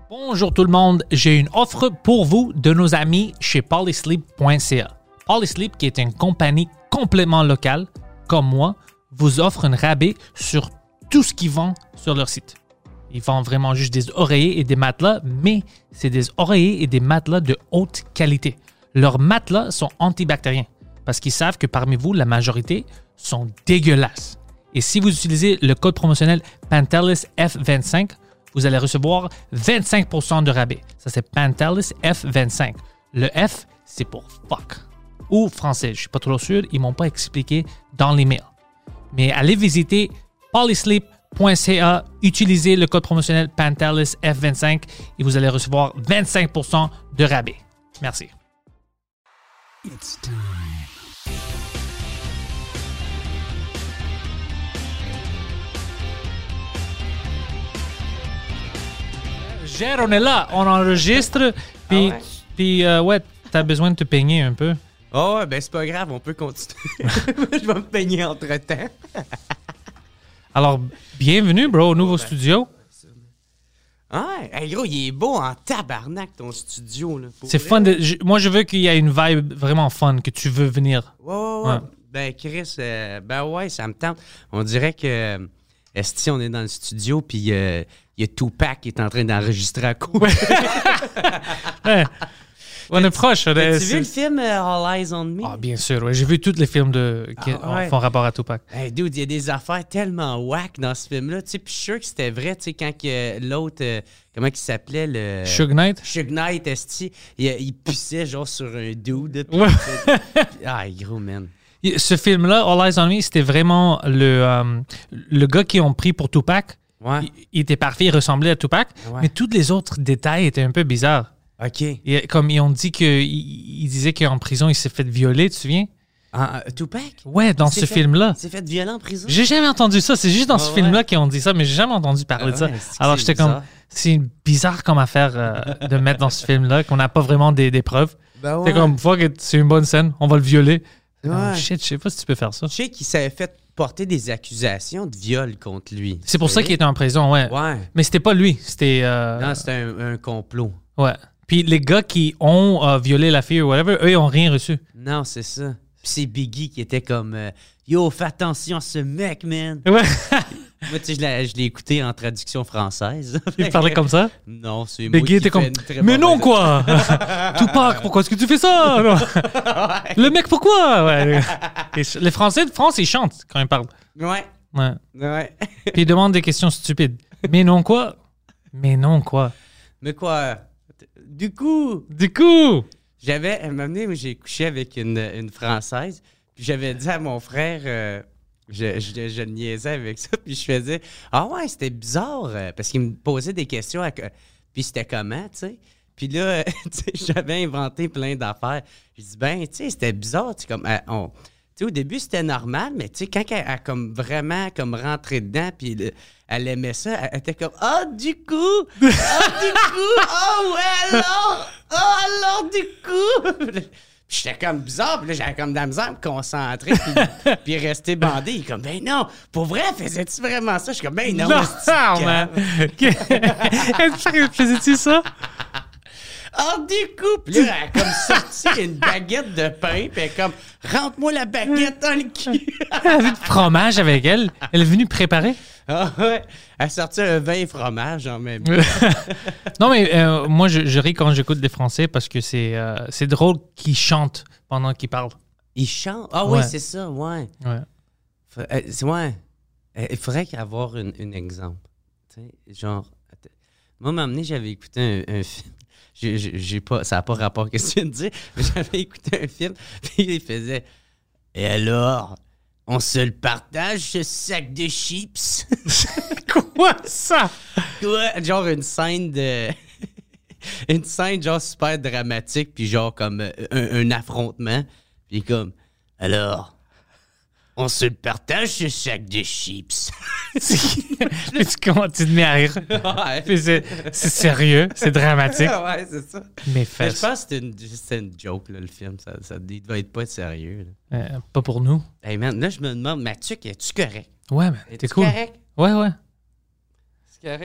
Bonjour tout le monde, j'ai une offre pour vous de nos amis chez Polysleep.ca. Polysleep, qui est une compagnie complètement locale, comme moi, vous offre un rabais sur tout ce qu'ils vendent sur leur site. Ils vendent vraiment juste des oreillers et des matelas, mais c'est des oreillers et des matelas de haute qualité. Leurs matelas sont antibactériens parce qu'ils savent que parmi vous, la majorité sont dégueulasses. Et si vous utilisez le code promotionnel Pantelis F25, vous allez recevoir 25% de rabais. Ça, c'est Pantelis F25. Le F, c'est pour fuck. Ou français, je ne suis pas trop sûr. Ils ne m'ont pas expliqué dans l'email. Mais allez visiter polysleep.ca, utilisez le code promotionnel Pantelis F25 et vous allez recevoir 25% de rabais. Merci. It's time. Gère, on est là, on enregistre, puis ouais, t'as besoin de te peigner un peu. Oh, ben c'est pas grave, on peut continuer. Je vais me peigner entre-temps. Alors, bienvenue, bro, au nouveau studio. Ah, hey, gros, il est beau en tabarnak, ton studio. Là, C'est vrai. fun. Moi, je veux qu'il y ait une vibe vraiment fun, que tu veux venir. Ouais. Ben, Chris, ben ouais, ça me tente. On dirait que, esti, on est dans le studio, puis il y a Tupac qui est en train d'enregistrer à côté. Ouais. On est proche. As-tu vu le film All Eyes on Me? Ah, bien sûr, ouais. J'ai vu tous les films qui ouais. font rapport à Tupac. Hey, dude, il y a des affaires tellement whack dans ce film-là. Tu sais, puis je suis sûr que c'était vrai, tu sais, quand l'autre, comment il s'appelait, le... Suge Knight? Suge Knight, esti, il pissait genre sur un dude. Puis, Ouais. Ah, gros, man. Ce film-là, All Eyes on Me, c'était vraiment le gars qu'ils ont pris pour Tupac. Ouais. Il était parfait, il ressemblait à Tupac, Ouais. mais tous les autres détails étaient un peu bizarres. OK. Et comme ils ont dit il disait qu'en prison, il s'est fait violer, tu te souviens? Tupac? Ouais, dans Il s'est ce film-là. Il s'est fait violer en prison? J'ai jamais entendu ça. C'est juste dans ce Ouais. film-là qu'ils ont dit ça, mais j'ai jamais entendu parler de ça. Ouais, c'est Alors c'est j'étais bizarre. comme, c'est bizarre comme affaire de mettre dans ce film-là, qu'on n'a pas vraiment des preuves. Ben C'est comme, fuck it, c'est une bonne scène, on va le violer. Ouais. Oh, shit, je sais pas si tu peux faire ça. Je sais qu'il s'avait fait porter des accusations de viol contre lui. C'est pour ça qu'il était en prison, ouais. Ouais. Mais c'était pas lui, c'était... Non, c'était un complot. Ouais. Puis les gars qui ont violé la fille ou whatever, eux, ils ont rien reçu. Non, c'est ça. Puis c'est Biggie qui était comme Yo, fais attention à ce mec, man. Ouais. Moi, tu sais, je l'ai écouté en traduction française. Il parlait comme ça. Non, c'est moi Biggie qui était fais comme, une très mais non, mauvaise- quoi! Tupac, pourquoi est-ce que tu fais ça? Non. Le mec, pourquoi? Ouais. Et les Français de France, ils chantent quand ils parlent. Ouais, Ouais. ouais. Puis ils demandent des questions stupides. Mais non, quoi? Mais non, quoi? Mais quoi? Du coup, Du coup! j'avais, un moment donné, j'ai couché avec une Française, puis j'avais dit à mon frère, je le niaisais avec ça, puis je faisais, ah ouais, c'était bizarre, parce qu'il me posait des questions, puis c'était comment, tu sais? Puis là, tu sais, j'avais inventé plein d'affaires. Je dis, ben, tu sais, c'était bizarre, tu sais, comme, tu sais, au début, c'était normal, mais tu sais, quand elle a comme vraiment comme rentré dedans, puis elle aimait ça, elle était comme, ah, du coup, ah, du coup, oh, ouais, alors, oh, alors, du coup. Puis j'étais comme bizarre, puis là, j'avais comme de la misère à me concentrer, puis rester bandé. Il est comme, ben non, pour vrai, faisais-tu vraiment ça? Je suis comme, ben non, c'est-tu man! calme? Faisais-tu ça? Ah, du coup, puis là, elle a comme sorti une baguette de pain, puis elle est comme, rentre-moi la baguette dans le cul. Elle avait du fromage avec elle. Elle est venue préparer. Ah ouais, elle a sorti un vin et fromage en même temps. Non, mais moi, je ris quand j'écoute des Français parce que c'est drôle qu'ils chantent pendant qu'ils parlent. Il chante. Ah oui, Ouais. c'est ça, ouais. Ouais. Ouais. Il faudrait avoir un exemple. Tu sais, genre, moi, m'amener, j'avais écouté un film. J'ai pas, ça n'a pas rapport à ce que tu viens de dire, mais j'avais écouté un film, puis il faisait « Et alors, on se le partage, ce sac de chips? » Quoi ça? Ouais, genre une scène de... une scène genre super dramatique, puis genre comme un affrontement. Puis comme, alors, on se le partage ce sac de chips. Puis tu te mets à rire. Ouais. Puis c'est sérieux, c'est dramatique. Ouais, c'est ça. Mes Mais je fesses. pense que c'était une joke, là, le film. Il devait être pas sérieux. Là. Pas pour nous. Hey man, là, je me demande, Mathieu, es-tu correct? Ouais, mais Es-tu t'es cool. correct? Ouais, ouais. C'est correct?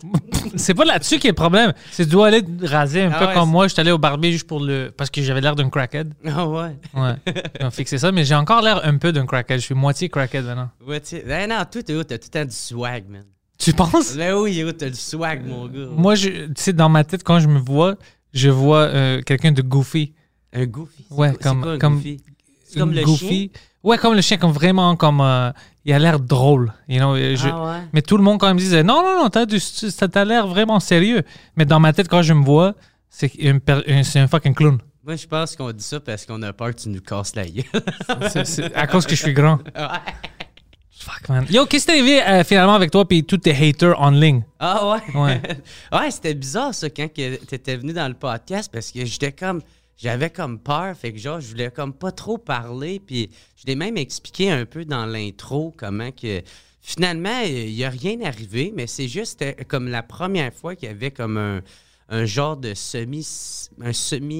C'est pas là-dessus qui est le problème. C'est que tu dois aller te raser un peu ouais, comme moi. Je suis allé au barbier juste parce que j'avais l'air d'un crackhead. Ah ouais. Ouais. Ils ont fixé ça, mais j'ai encore l'air un peu d'un crackhead. Je suis moitié crackhead maintenant. Ouais, tu sais. Ben non, toi, t'as tout le temps du swag, man. Tu penses? Ben oui, yo, t'as du swag, mon gars. Moi, tu sais, dans ma tête, quand je me vois, je vois quelqu'un de goofy. Un goofy? Ouais, C'est quoi un goofy? C'est comme le goofy. chien? Ouais, comme le chien, comme vraiment, comme il a l'air drôle. You know, Ah ouais? Mais tout le monde, quand il me disait non, t'as l'air vraiment sérieux. Mais dans ma tête, quand je me vois, c'est un fucking clown. Moi, je pense qu'on dit ça parce qu'on a peur que tu nous casses la gueule. C'est à cause que je suis grand. Ouais. Fuck, man. Yo, qu'est-ce qui t'est arrivé finalement avec toi et tous tes haters en ligne? Ah ouais? Ouais. Ouais, c'était bizarre ça quand t'étais venu dans le podcast parce que j'avais comme peur, fait que genre, je voulais comme pas trop parler, puis je l'ai même expliqué un peu dans l'intro comment que finalement, il y a rien arrivé, mais c'est juste comme la première fois qu'il y avait comme un genre de une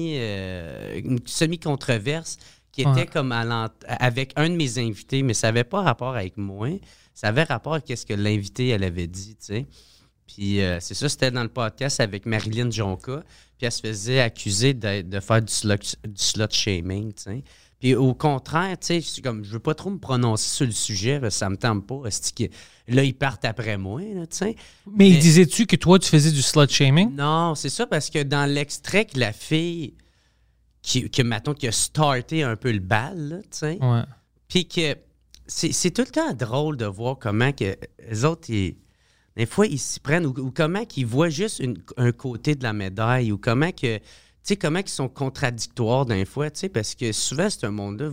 semi-controverse qui était comme avec un de mes invités, mais ça n'avait pas rapport avec moi, ça avait rapport avec ce que l'invité, elle avait dit, tu sais. Puis c'est ça, c'était dans le podcast avec Marilyn Jonca. Puis elle se faisait accuser de faire du slut shaming, tu sais. Puis au contraire, tu sais, comme je veux pas trop me prononcer sur le sujet, parce que ça me tente pas. Là, ils partent après moi, là, tu sais. Mais disais-tu que toi, tu faisais du slut shaming? Non, c'est ça, parce que dans l'extrait que la fille mettons, qui a starté un peu le bal, là, tu sais. Ouais. Puis que c'est tout le temps drôle de voir comment que les autres, des fois, ils s'y prennent ou comment qu'ils voient juste un côté de la médaille ou comment que, tu sais, comment ils sont contradictoires d'un fois, tu sais, parce que souvent, ce monde-là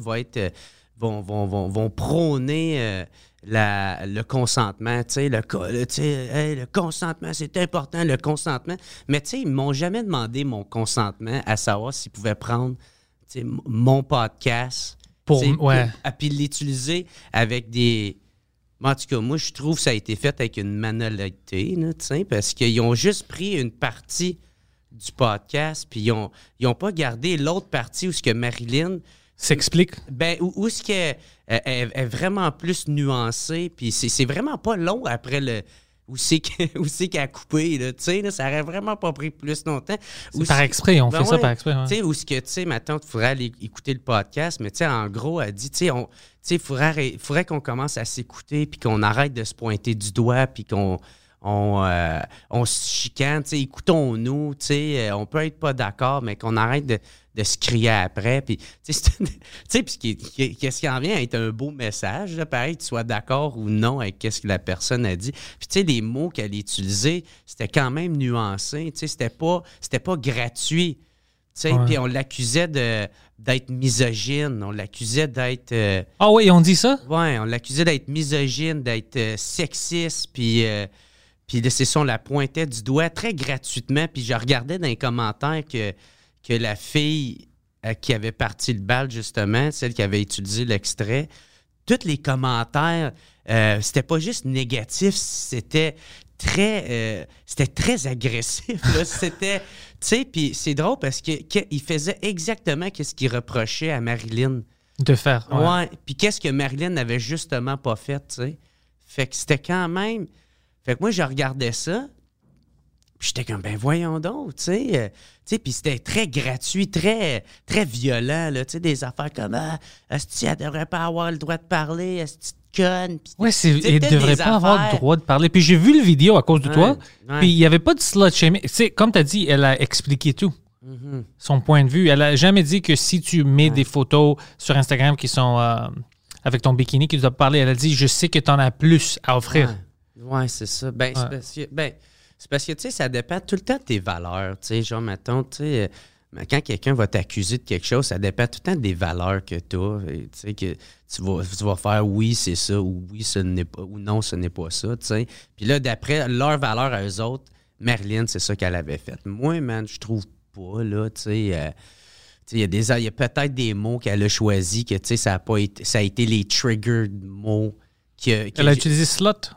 vont prôner le consentement, tu sais, le consentement, c'est important, le consentement. Mais tu sais, ils m'ont jamais demandé mon consentement à savoir s'ils pouvaient prendre, tu sais, mon podcast puis l'utiliser avec des... En tout cas, moi, je trouve que ça a été fait avec une manualité, parce qu'ils ont juste pris une partie du podcast, puis ils ont pas gardé l'autre partie où ce que Marilyn... S'explique? Ben, où ce qu'elle est vraiment plus nuancée, puis c'est vraiment pas long après le... Où c'est qu'elle a coupé, là, tu sais, ça aurait vraiment pas pris plus longtemps. C'est par exprès, on fait ça par exprès. Ouais. Tu sais, où ce que, tu sais, maintenant, il faudrait aller écouter le podcast, mais tu sais, en gros, elle dit, tu sais, il faudrait qu'on commence à s'écouter, puis qu'on arrête de se pointer du doigt, puis qu'on se chicane, tu sais, écoutons-nous, tu sais, on peut être pas d'accord, mais qu'on arrête de se crier après, puis, tu sais, puis qu'est-ce qui en vient à être un beau message, là, pareil, que tu sois d'accord ou non avec qu'est-ce que la personne a dit. Puis, tu sais, les mots qu'elle utilisait, c'était quand même nuancé, tu sais, c'était pas gratuit, tu sais, puis on l'accusait d'être misogyne, on l'accusait d'être... Ah oui, on dit ça? Ouais, on l'accusait d'être misogyne, d'être sexiste, puis c'est ça, on la pointait du doigt très gratuitement, puis je regardais dans les commentaires que la fille qui avait parti le bal, justement, celle qui avait utilisé l'extrait, tous les commentaires, c'était pas juste négatif, c'était très agressif. Là. C'était, tu sais, puis c'est drôle parce qu'il faisait exactement ce qu'il reprochait à Marilyn. De faire. Ouais. Puis qu'est-ce que Marilyn n'avait justement pas fait, tu sais. Fait que c'était quand même... Fait que moi, je regardais ça, puis j'étais comme, ben voyons donc, tu sais. Puis c'était très gratuit, très, très violent, là, tu sais, des affaires comme, est-ce qu'elle devrait pas avoir le droit de parler, est-ce que tu te connes? Oui, elle devrait pas avoir le droit de parler. Puis j'ai vu le vidéo à cause de toi, puis il n'y avait pas de slut shaming. Tu sais, comme tu as dit, elle a expliqué tout. Mm-hmm. Son point de vue. Elle a jamais dit que si tu mets des photos sur Instagram qui sont avec ton bikini, qui doit parler, elle a dit, je sais que tu en as plus à offrir. Ouais, c'est ça. Ben, c'est parce que, tu sais, ça dépend tout le temps de tes valeurs. Tu sais, genre, mettons, tu sais, quand quelqu'un va t'accuser de quelque chose, ça dépend tout le temps des valeurs que tu as. Tu sais, que tu vas faire oui, c'est ça, ou oui, ce n'est pas, ou non, ce n'est pas ça, tu sais. Puis là, d'après leurs valeurs à eux autres, Marilyn, c'est ça qu'elle avait fait. Moi, man, je trouve pas, là, tu sais. Il y a peut-être des mots qu'elle a choisis que, tu sais, ça a été les triggered mots. Elle a utilisé slut?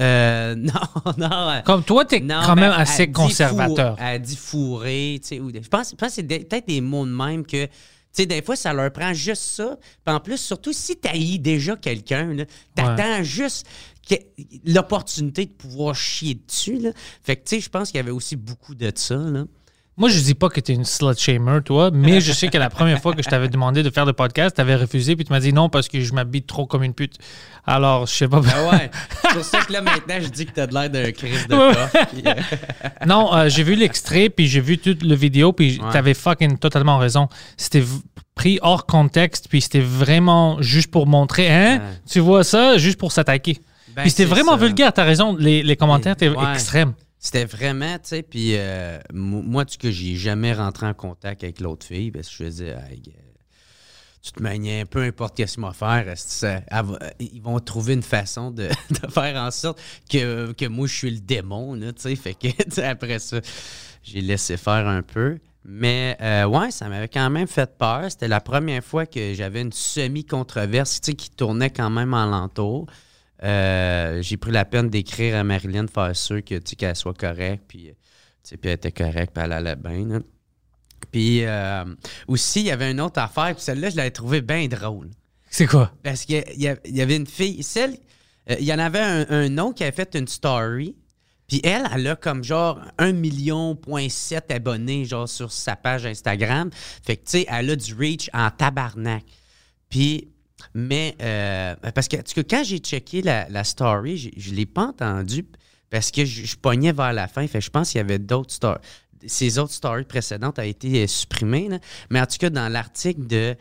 Non. Comme toi, t'es quand même assez conservateur. Elle a dit fourré, tu sais. Je pense que c'est peut-être des mots de même que, tu sais, des fois, ça leur prend juste ça. Puis en plus, surtout si t'haïs déjà quelqu'un, t'attends juste l'opportunité de pouvoir chier dessus. Là. Fait que, tu sais, je pense qu'il y avait aussi beaucoup de ça. Là. Moi, je dis pas que tu es une slut-shamer, toi, mais je sais que la première fois que je t'avais demandé de faire le podcast, tu avais refusé, puis tu m'as dit non parce que je m'habille trop comme une pute. Alors, je sais pas. Ben ouais, c'est pour ça que là, maintenant, je dis que t'as de l'air d'un Chris de coffre. Non, j'ai vu l'extrait, puis j'ai vu toute la vidéo, puis t'avais fucking totalement raison. C'était pris hors contexte, puis c'était vraiment juste pour montrer, hein, tu vois ça, juste pour s'attaquer. Ben, puis c'était vraiment vulgaire, t'as raison, les commentaires étaient extrêmes. C'était vraiment, tu sais, puis moi, tu sais, j'ai jamais rentré en contact avec l'autre fille parce que je faisais, tu te maniais, peu importe qu'est-ce qu'il va faire, ils vont trouver une façon de faire en sorte que moi, je suis le démon, tu sais, fait que après ça, j'ai laissé faire un peu. Mais, ouais, ça m'avait quand même fait peur. C'était la première fois que j'avais une semi-controverse, tu sais, qui tournait quand même en l'entour. J'ai pris la peine d'écrire à Marilyn, de faire sûr que, qu'elle soit correcte, puis elle était correcte, puis elle allait bien. Là. Puis aussi, il y avait une autre affaire, puis celle-là, je l'avais trouvée bien drôle. C'est quoi? Parce qu'il y avait une fille, il y en avait un nom qui avait fait une story, puis elle a comme genre 1,7 million abonnés genre sur sa page Instagram. Fait que, tu sais, elle a du reach en tabarnak. Puis... Mais, parce que quand j'ai checké la story, je ne l'ai pas entendue parce que je pognais vers la fin. Fait, je pense qu'il y avait d'autres stories. Ces autres stories précédentes ont été supprimées. Là. Mais en tout cas, dans l'article de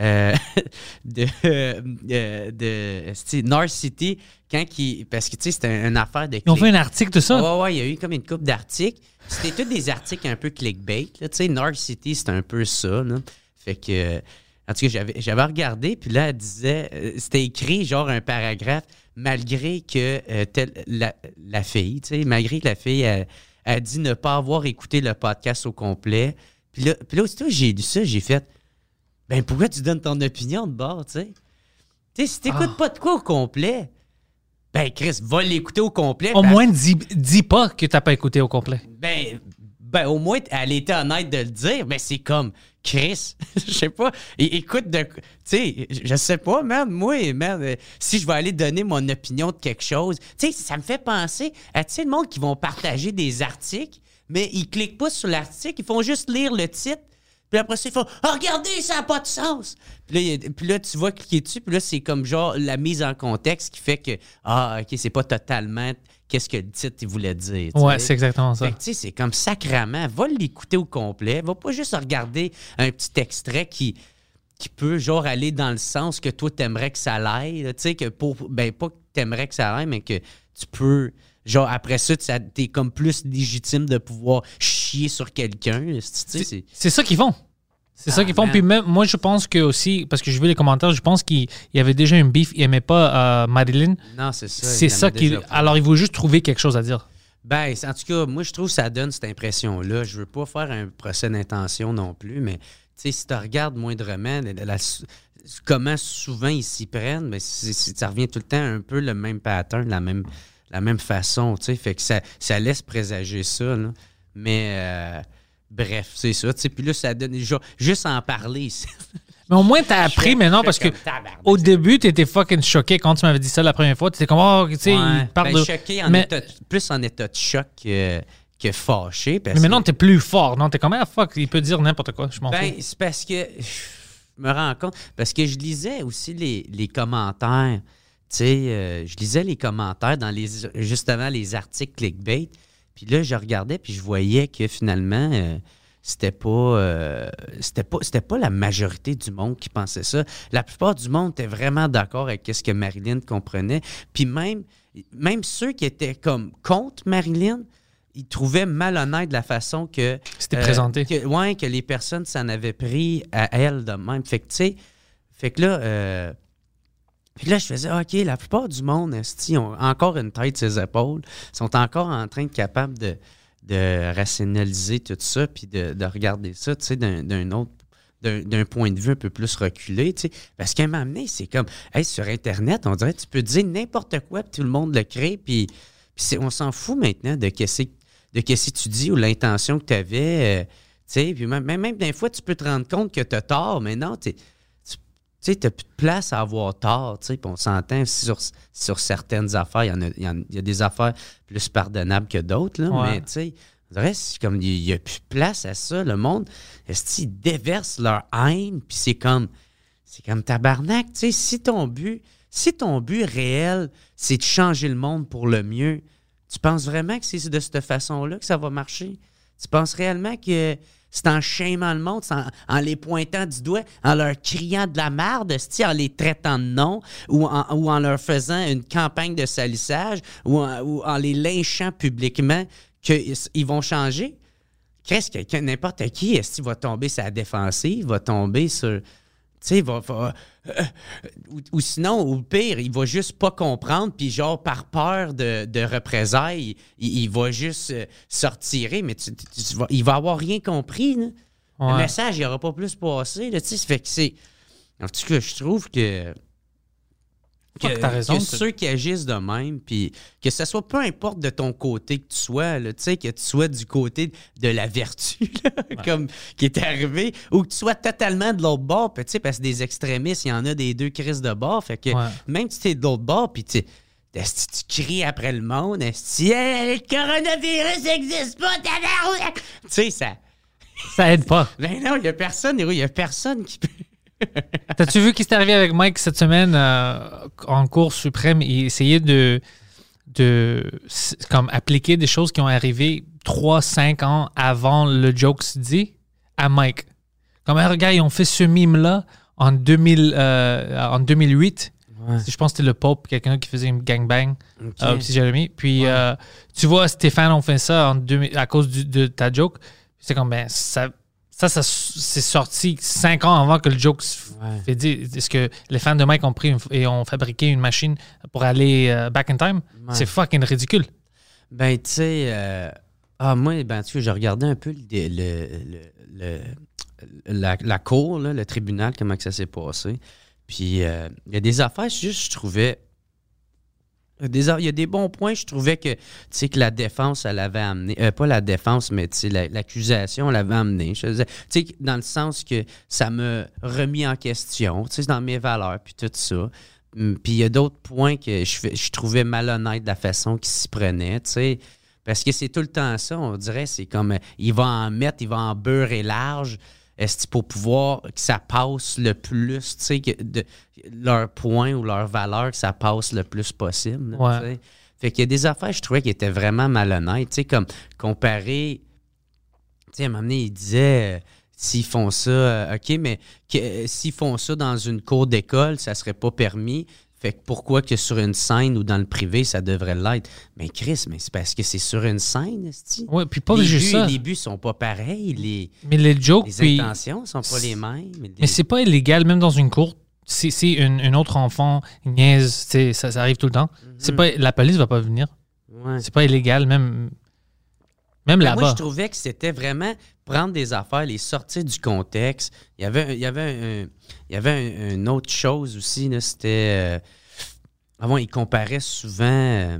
North City, parce que, tu sais, c'était une affaire de... Ils ont fait un article de ça? Ouais, il y a eu comme une couple d'articles. C'était tous des articles un peu clickbait. Tu sais, North City, c'est un peu ça. Là. Fait que... En tout cas, j'avais regardé, puis là, elle disait, c'était écrit genre un paragraphe, malgré que la fille, tu sais, malgré que la fille a dit ne pas avoir écouté le podcast au complet. Puis là aussitôt, j'ai lu ça, j'ai fait, ben pourquoi tu donnes ton opinion de bord, tu sais? Tu sais, si t'écoutes pas de quoi au complet, ben Chris, va l'écouter au complet. Au moins, dis pas que t'as pas écouté au complet. Ben, au moins, elle était honnête de le dire, mais c'est comme, Chris, je sais pas, écoute, tu sais, je sais pas, man, moi, si je vais aller donner mon opinion de quelque chose, tu sais, ça me fait penser à, tu sais, le monde qui vont partager des articles, mais ils cliquent pas sur l'article, ils font juste lire le titre, puis après ça, ils font « Ah, regardez, ça n'a pas de sens! » Puis là, tu vas cliquer dessus, puis là, c'est comme genre la mise en contexte qui fait que « Ah, OK, c'est pas totalement... » qu'est-ce que le titre il voulait dire. Ouais, c'est exactement ça. Fait que, tu sais, c'est comme sacrément. Va l'écouter au complet. Va pas juste regarder un petit extrait qui peut, genre, aller dans le sens que toi, t'aimerais que ça aille. Tu sais, que pas que t'aimerais que ça aille, mais que tu peux... Genre, après ça, t'es comme plus légitime de pouvoir chier sur quelqu'un. C'est ça qu'ils font. C'est ça qu'ils font. Puis même, moi, je pense que aussi, parce que j'ai vu les commentaires, je pense qu'il y avait déjà un beef. Il n'aimait pas Marilyn. Non, c'est ça. C'est ça qu'il... Alors, il veut juste trouver quelque chose à dire. Ben, en tout cas, moi, je trouve que ça donne cette impression-là. Je veux pas faire un procès d'intention non plus, mais tu sais, si tu regardes moindrement comment souvent ils s'y prennent, ben, ça revient tout le temps un peu le même pattern, la même façon, tu sais. Fait que ça laisse présager ça, là. Mais... bref, c'est ça. Puis là, ça donne juste en parler. Mais au moins, t'as appris maintenant parce que au début, t'étais fucking choqué quand tu m'avais dit ça la première fois. T'étais comme, oh, tu sais, il parle de... choqué plus en état de choc que fâché. Mais maintenant, t'es plus fort, non? T'es comme, ah, fuck, il peut dire n'importe quoi. Je m'en fous. C'est parce que je me rends compte. Parce que je lisais aussi les commentaires. Tu sais, je lisais les commentaires dans justement les articles clickbait. Puis là, je regardais, puis je voyais que finalement, c'était pas la majorité du monde qui pensait ça. La plupart du monde était vraiment d'accord avec ce que Marilyn comprenait. Puis même ceux qui étaient comme contre Marilyn, ils trouvaient malhonnête la façon que... C'était présenté. Que les personnes s'en avaient pris à elle de même. Fait que, tu sais, Puis là, je faisais, OK, la plupart du monde, ont encore une tête sur les épaules, sont encore en train de capables de rationaliser tout ça, puis de regarder ça, tu sais, d'un point de vue un peu plus reculé, tu sais. Parce qu'à un moment donné, c'est comme, hey, sur Internet, on dirait que tu peux dire n'importe quoi, puis tout le monde le crée, puis on s'en fout maintenant de qu'est-ce que tu dis ou l'intention que tu avais, tu sais. Puis même des fois, tu peux te rendre compte que tu as tort, mais non, tu sais, t'as plus de place à avoir tort, tu sais, puis on s'entend sur certaines affaires. Il y a des affaires plus pardonnables que d'autres, là, Ouais. mais tu sais, on dirait, c'est comme il n'y a plus de place à ça. Le monde, ils déversent leur haine, puis c'est comme tabarnak, tu sais, si ton but réel, c'est de changer le monde pour le mieux, tu penses vraiment que c'est de cette façon-là que ça va marcher? Tu penses réellement que c'est en shamant le monde, c'est en les pointant du doigt, en leur criant de la merde, en les traitant de nom, ou en leur faisant une campagne de salissage, ou en les lynchant publiquement, qu'ils vont changer? Qu'est-ce que n'importe qui, est-ce qu'il va tomber sur la défensive, va tomber sur... Tu sais, ou sinon, ou pire, il va juste pas comprendre, puis genre, par peur de représailles, il va juste se retirer, mais il va avoir rien compris. Là. Ouais. Le message, il n'aura pas plus passé. Là, fait que c'est... En tout cas, je trouve que t'as raison, que ceux qui agissent de même, puis que ce soit peu importe de ton côté que tu sois, là, que tu sois du côté de la vertu, là, comme qui est arrivé, ou que tu sois totalement de l'autre bord, parce que des extrémistes, il y en a des deux crises de bord, fait que même si tu es de l'autre bord, puis tu cries après le monde, le coronavirus n'existe pas, tabarouette! Tu sais, Ça aide pas. Ben non, il n'y a personne qui peut... T'as-tu vu ce qui s'est arrivé avec Mike cette semaine en Cour suprême? Il essayait de comme appliquer des choses qui ont arrivé 3-5 ans avant le joke se dit à Mike. Comme, regarde, ils ont fait ce mime-là en 2008. Ouais. Je pense que c'était le Pope, quelqu'un qui faisait une gangbang, Okay. si Jérémy. Puis, tu vois, Stéphane ont fait ça à cause de ta joke. C'est comme, ben, ça c'est sorti 5 ans avant que le joke se fait dire. Est-ce que les fans de Mike ont pris et ont fabriqué une machine pour aller back in time? Ouais. C'est fucking ridicule. Ben, tu sais, moi, ben, tu sais, je regardais un peu la cour, là, le tribunal, comment que ça s'est passé. Puis, il y a des affaires, je trouvais... Il y a des bons points, je trouvais que, tu sais, que la défense, elle avait amené... pas la défense, mais, tu sais, l'accusation, elle avait amené. Je faisais, tu sais, dans le sens que ça m'a remis en question, tu sais, dans mes valeurs, puis tout ça. Puis il y a d'autres points que je trouvais malhonnête de la façon qu'il s'y prenait, tu sais. Parce que c'est tout le temps ça, on dirait, c'est comme... il va en beurrer large... Est-ce pour pouvoir que ça passe le plus, tu sais, leur point ou leur valeur, que ça passe le plus possible. Là, Ouais. t'sais. Fait qu'il y a des affaires, je trouvais, qui étaient vraiment malhonnêtes. Tu sais, comme comparé, tu sais, à un moment donné, il disait, s'ils font ça, OK, mais s'ils font ça dans une cour d'école, ça serait pas permis. Fait que pourquoi que sur une scène ou dans le privé, ça devrait l'être? Mais Chris, mais c'est parce que c'est sur une scène, esti. Oui, puis pas juste ça. Les buts sont pas pareils, Mais les jokes, les intentions sont pas les mêmes. Mais c'est pas illégal, même dans une cour. Si une autre enfant niaise, tu sais, ça arrive tout le temps. C'est pas, la police va pas venir. Ouais. C'est pas illégal, même Moi, là-bas. je trouvais que c'était vraiment prendre des affaires, les sortir du contexte. Il y avait une autre chose aussi, là, c'était... avant, il comparait souvent...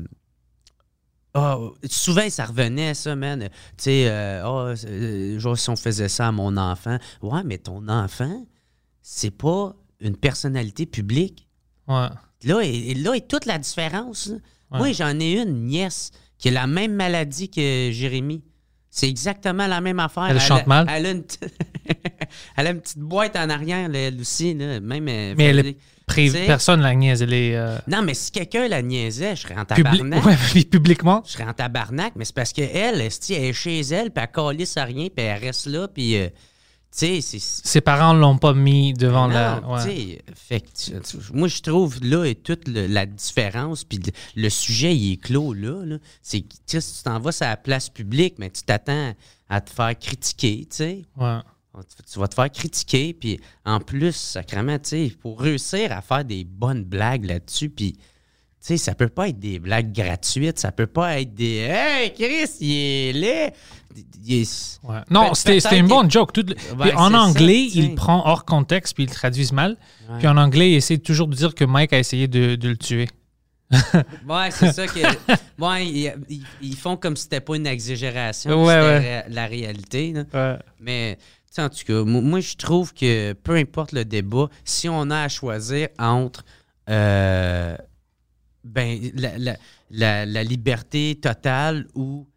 souvent, ça revenait, ça, man. Tu sais, genre, si on faisait ça à mon enfant. Ouais, mais ton enfant, c'est pas une personnalité publique. Ouais. Là est toute la différence. Là. Ouais. Moi, j'en ai une nièce qui a la même maladie que Jérémy. C'est exactement la même affaire. Elle chante mal? Elle a une elle a une petite boîte en arrière, là, elle aussi. Là, même, Mais elle est t'sais, personne la niaise. Elle est... Non, mais si quelqu'un la niaisait, je serais en tabarnak. Ouais, puis publiquement. Je serais en tabarnak, mais c'est parce qu'elle, elle est chez elle, puis elle calisse à rien, puis elle reste là, puis... tu sais, c'est... Ses parents l'ont pas mis devant la... Non, Ouais. tu sais, fait que moi, je trouve, là, est toute la différence, puis le sujet, il est clos, là. C'est que, tu sais, si tu t'en vas sur la place publique, mais tu t'attends à te faire critiquer, tu sais. Ouais. Tu vas te faire critiquer, puis en plus, sacrément, tu sais, pour réussir à faire des bonnes blagues là-dessus, puis, tu sais, ça peut pas être des blagues gratuites, ça peut pas être des « Hey, Chris, il est laid! » Ouais. Non, c'était une bonne joke. Puis en c'est anglais, ça, il prend hors contexte puis il traduise mal. Ouais. Puis en anglais, il essaie toujours de dire que Mike a essayé de le tuer. Ouais, c'est ça que... Ouais, ils font comme si c'était pas une exagération, Ouais, c'était ouais. la réalité, là. Ouais. Mais, tu sais, en tout cas, moi, je trouve que peu importe le débat, si on a à choisir entre la liberté totale ou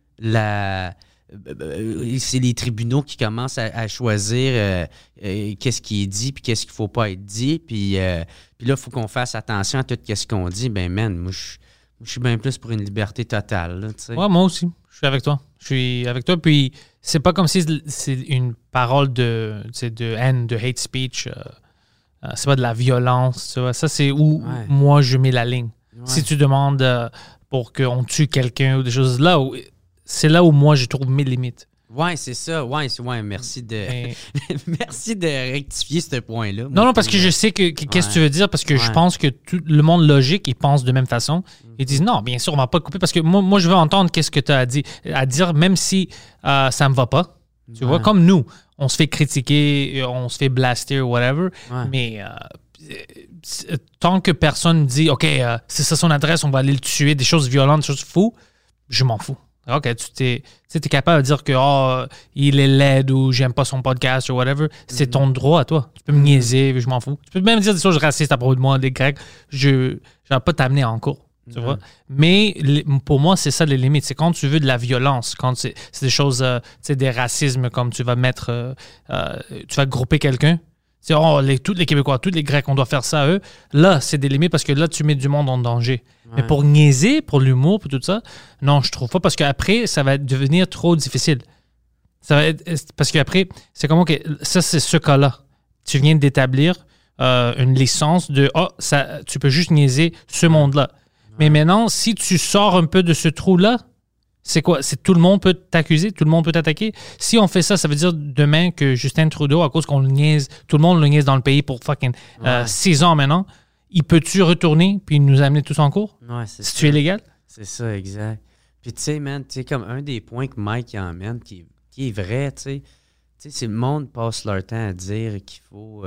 c'est les tribunaux qui commencent à choisir qu'est-ce qui est dit puis qu'est-ce qu'il faut pas être dit. Puis là, il faut qu'on fasse attention à tout ce qu'on dit. Ben, man, moi, je suis bien plus pour une liberté totale. Là, t'sais. Ouais, moi aussi. Je suis avec toi. Puis c'est pas comme si c'est une parole de haine, de hate speech. C'est pas de la violence. Tu vois. Ça, c'est où moi, je mets la ligne. Ouais. Si tu demandes pour qu'on tue quelqu'un ou des choses là, c'est là où moi, je trouve mes limites. Ouais, c'est ça. Ouais, merci merci de rectifier ce point-là. Non, parce que je sais qu'est-ce que tu veux dire, parce que je pense que tout le monde logique, il pense de même façon. Ils disent non, bien sûr, on va pas couper, parce que moi je veux entendre qu'est-ce que tu as à dire, même si ça me va pas. Tu vois, comme nous, on se fait critiquer, on se fait blaster ou whatever, mais tant que personne dit, OK, c'est ça son adresse, on va aller le tuer, des choses violentes, des choses fous, je m'en fous. OK, tu es capable de dire que il est laid ou j'aime pas son podcast ou whatever. C'est ton droit à toi. Tu peux me niaiser, je m'en fous. Tu peux même dire des choses racistes à propos de moi, des Grecs. Je vais pas t'amener en cours. Tu vois? Mais pour moi, c'est ça les limites. C'est quand tu veux de la violence, quand c'est des choses, des racismes, comme tu vas mettre, tu vas grouper quelqu'un. C'est tous les Québécois, tous les Grecs, on doit faire ça à eux. Là, c'est des limites parce que là, tu mets du monde en danger. Ouais. Mais pour niaiser, pour l'humour, pour tout ça, non, je trouve pas parce qu'après, ça va devenir trop difficile. Ça va être, parce qu'après, c'est comme que ça, c'est ce cas-là. Tu viens d'établir une licence de ça, tu peux juste niaiser ce monde-là. Ouais. Mais maintenant, si tu sors un peu de ce trou-là, c'est quoi? C'est tout le monde peut t'accuser, tout le monde peut t'attaquer. Si on fait ça, ça veut dire demain que Justin Trudeau, à cause qu'on le niaise, tout le monde le niaise dans le pays pour fucking 6 ans maintenant, il peut-tu retourner puis nous amener tous en cours? Ouais, c'est ça. Si tu es légal? C'est ça, exact. Puis tu sais, man, tu sais, comme un des points que Mike emmène, qui est vrai, tu sais, c'est le monde passe leur temps à dire qu'il faut...